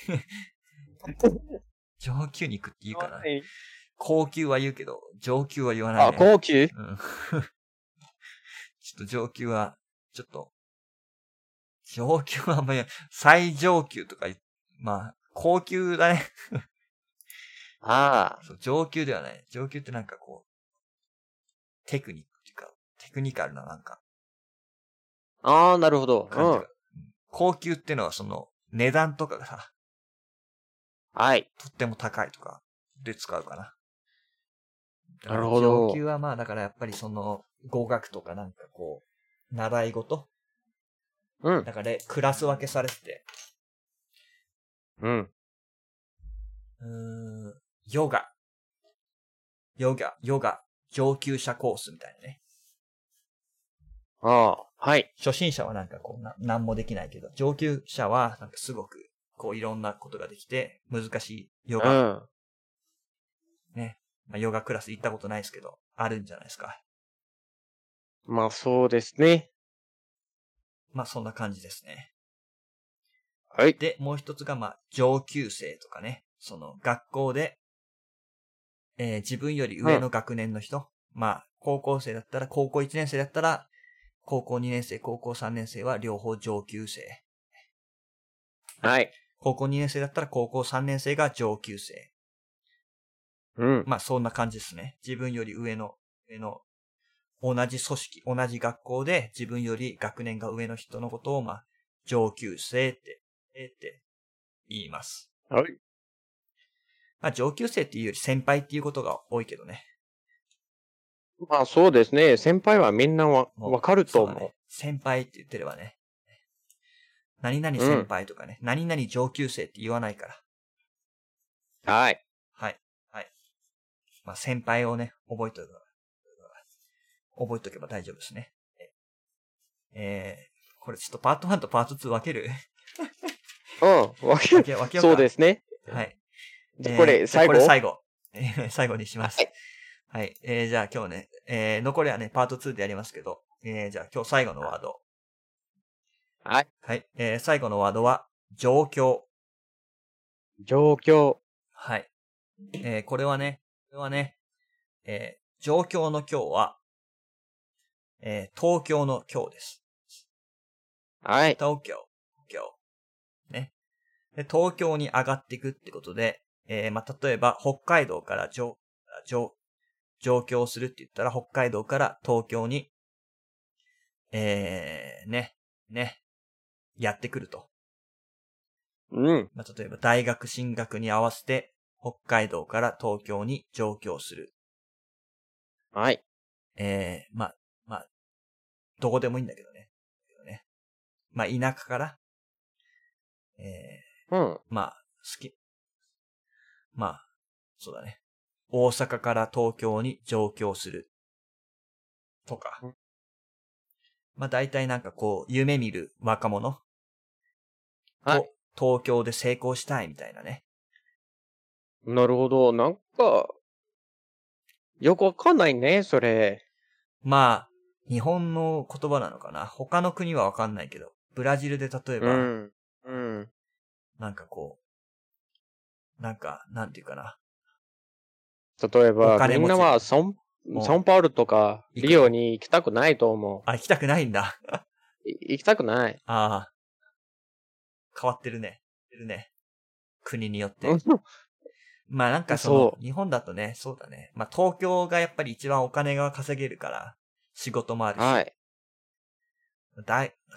Speaker 1: 上級肉って言うかな。高級は言うけど、上級は言わない
Speaker 2: あ、
Speaker 1: ね。
Speaker 2: 高級
Speaker 1: うん。ちょっと上級は、ちょっと、上級はあんまり、最上級とか言う、まあ、高級だね。
Speaker 2: ああ、
Speaker 1: そう、上級ではない。上級ってなんかこう、テクニックっていうか、テクニカルななんか、
Speaker 2: ああ、なるほど。うん。
Speaker 1: 感じが。うん高級ってのはその、値段とかがさ、
Speaker 2: はい。
Speaker 1: とっても高いとかで使うかな。だ
Speaker 2: なる
Speaker 1: から
Speaker 2: ほど。
Speaker 1: 上級はまあだからやっぱりその語学とかなんかこう、習い事
Speaker 2: うん。
Speaker 1: だからクラス分けされてて、
Speaker 2: うん。
Speaker 1: うーん、ヨガ、ヨガ、ヨガ、上級者コースみたいなね。
Speaker 2: ああ、はい。
Speaker 1: 初心者はなんかこうな、なんもできないけど、上級者はなんかすごくこういろんなことができて、難しいヨガ、
Speaker 2: うん。
Speaker 1: ね。まあ、ヨガクラス行ったことないですけど、あるんじゃないですか。
Speaker 2: まあ、そうですね。
Speaker 1: まあそんな感じですね。
Speaker 2: はい。
Speaker 1: で、もう一つがまあ上級生とかね。その学校で、えー自分より
Speaker 2: うん。
Speaker 1: 上の学年の人。まあ高校生だったら、高校いちねん生だったら、高校にねん生、高校さんねん生は両方上級生。
Speaker 2: はい。
Speaker 1: 高校にねん生だったら高校さんねん生が上級生。
Speaker 2: うん。
Speaker 1: まあそんな感じですね。自分より上の、上の、同じ組織、同じ学校で自分より学年が上の人のことを、まあ、上級生って、えって言います。
Speaker 2: はい。
Speaker 1: まあ上級生っていうより先輩っていうことが多いけどね。
Speaker 2: まあ、そうですね。先輩はみんなわ、
Speaker 1: もう、
Speaker 2: わかると
Speaker 1: そうだね。
Speaker 2: 思
Speaker 1: 先輩って言ってればね。何々
Speaker 2: う。う
Speaker 1: 先
Speaker 2: ん。
Speaker 1: 輩とかね。何々上級生って言わないから。
Speaker 2: はい。
Speaker 1: はい。はい。まあ先輩をね、覚えとけば、覚えとけば大丈夫ですね。えー、これちょっとパートワンとパートツー分ける
Speaker 2: うん。わけ、
Speaker 1: 分け、分けようか。
Speaker 2: そうですね。
Speaker 1: はい。
Speaker 2: じゃ、これ、
Speaker 1: えー、じゃあ
Speaker 2: 最後
Speaker 1: これ最後。えー最後にします。
Speaker 2: はい。
Speaker 1: はい。えー、じゃあ今日ね、えー、残りはね、パートツーでやりますけど、えー、じゃあ今日最後のワード。
Speaker 2: はい。
Speaker 1: はい。えー、最後のワードは、状況。
Speaker 2: 状況。
Speaker 1: はい。えー、これはね、これはね、えー、状況の今日は、えー、東京の今日です。
Speaker 2: はい。
Speaker 1: 東京、今日。ね。で、東京に上がっていくってことで、えー、まあ、例えば、北海道から上、上、上京するって言ったら、北海道から東京に、えー、ね、ね、やってくると。
Speaker 2: うん。
Speaker 1: まあ、例えば、大学進学に合わせて、北海道から東京に上京する。
Speaker 2: はい。
Speaker 1: えー、まあ、まあ、どこでもいいんだけどね。ねまあ、田舎から、え
Speaker 2: うん。
Speaker 1: ー、まあ、好き。まあ、そうだね。大阪から東京に上京する。とか。まあ、大体なんかこう、夢見る若者と、
Speaker 2: はい。
Speaker 1: 東京で成功したいみたいなね。
Speaker 2: なるほど。なんか、よくわかんないね、それ。
Speaker 1: まあ、日本の言葉なのかな。他の国はわかんないけど、ブラジルで例えば、
Speaker 2: うん。うん。
Speaker 1: なんかこう、なんか、なんていうかな。お
Speaker 2: 例えば、みんな
Speaker 1: 金持ち。
Speaker 2: はサン、サ
Speaker 1: も
Speaker 2: ンパウロとか、
Speaker 1: う、行くの
Speaker 2: リオに行きたくないと思
Speaker 1: あ、行きたくないんだ。
Speaker 2: う。い行きたくない。
Speaker 1: ああ、変わってるね。てるね。国によっ
Speaker 2: う
Speaker 1: て。まあなんか
Speaker 2: ん。
Speaker 1: その、
Speaker 2: そ
Speaker 1: 日本だとね、そうだね。まあ東京がやっぱり一番お金が稼げるから、仕事もある
Speaker 2: う。は
Speaker 1: し。
Speaker 2: い。
Speaker 1: だい、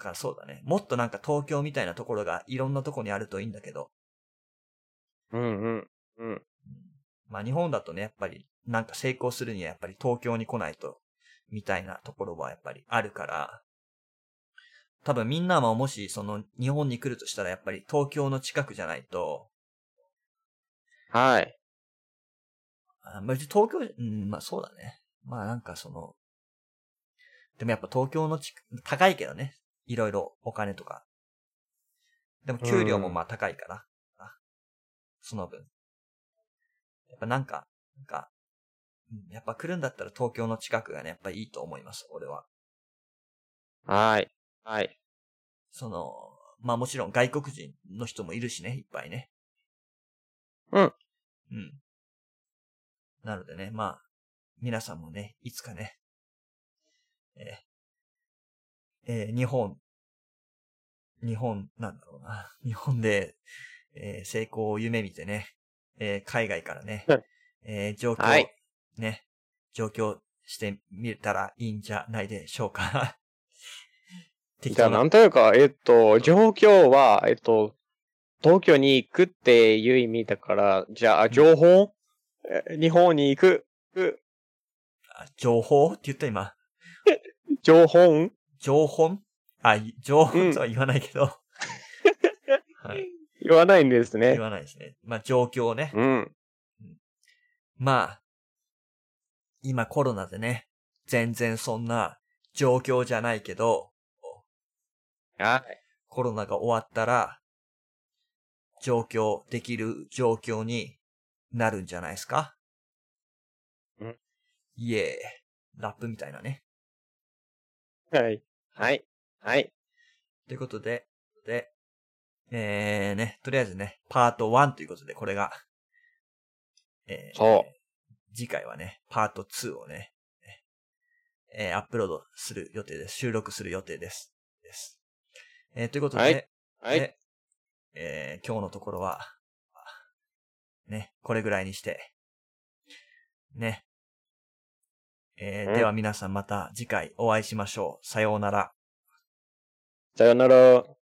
Speaker 1: からそうだね。もっとなんか東京みたいなところがいろんなところにあるといいんだけど。
Speaker 2: うんうん。うん。
Speaker 1: うん、まあ日本だとね、やっぱりなんか成功するにはやっぱり東京に来ないと、みたいなところはやっぱりあるから、多分みんなももしその日本に来るとしたらやっぱり東京の近くじゃないと、
Speaker 2: はい。
Speaker 1: あ別に東京、うん、まあそうだね。まあなんかその、でもやっぱ東京のち高いけどね。いろいろお金とか。でも給料もまあ高いから。あその分。やっぱなんか、なんか、やっぱ来るんだったら東京の近くがね、やっぱいいと思います、俺は。
Speaker 2: はい。はい。
Speaker 1: その、まあもちろん外国人の人もいるしね、いっぱいね。
Speaker 2: うん。
Speaker 1: うん。なのでね、まあ、皆さんもね、いつかね、えーえー日本、日本、なんだろうな。日本で、えー成功を夢見てね、えー海外からね、えー上京、
Speaker 2: はい。
Speaker 1: ね、上京してみたらいいんじゃないでしょうか。適
Speaker 2: じゃあ、
Speaker 1: 当な。
Speaker 2: なんというか、えっと、状況は、えっと、東京に行くっていう意味だから、じゃあ、情報、え日本に行く、く
Speaker 1: あ情報って言った今。
Speaker 2: 情報
Speaker 1: 情報あ、情
Speaker 2: うん。
Speaker 1: 報とは言わないけど。はい。
Speaker 2: 言わないんですね。
Speaker 1: 言わないですね。まあ、状況ね。
Speaker 2: うん。
Speaker 1: うんまあ、今コロナでね、全然そんな状況じゃないけど、
Speaker 2: はい。
Speaker 1: コロナが終わったら、上京できる状況になるんじゃないですか。
Speaker 2: うん。
Speaker 1: イエーイ。ラップみたいなね。
Speaker 2: はい。
Speaker 1: はい。
Speaker 2: はい。はい。
Speaker 1: ということで、で、えーね、とりあえずね、パートワンということで、これが、えー、
Speaker 2: そ
Speaker 1: 次回はね、パートツーをね、えー、アップロードする予定です。収録する予定です。です。えー、ということで、
Speaker 2: はいはい
Speaker 1: でえー、今日のところは、ね、これぐらいにして、ね、えー
Speaker 2: う。うん。
Speaker 1: では皆さんまた次回お会いしましょう。さようなら。
Speaker 2: さよなら。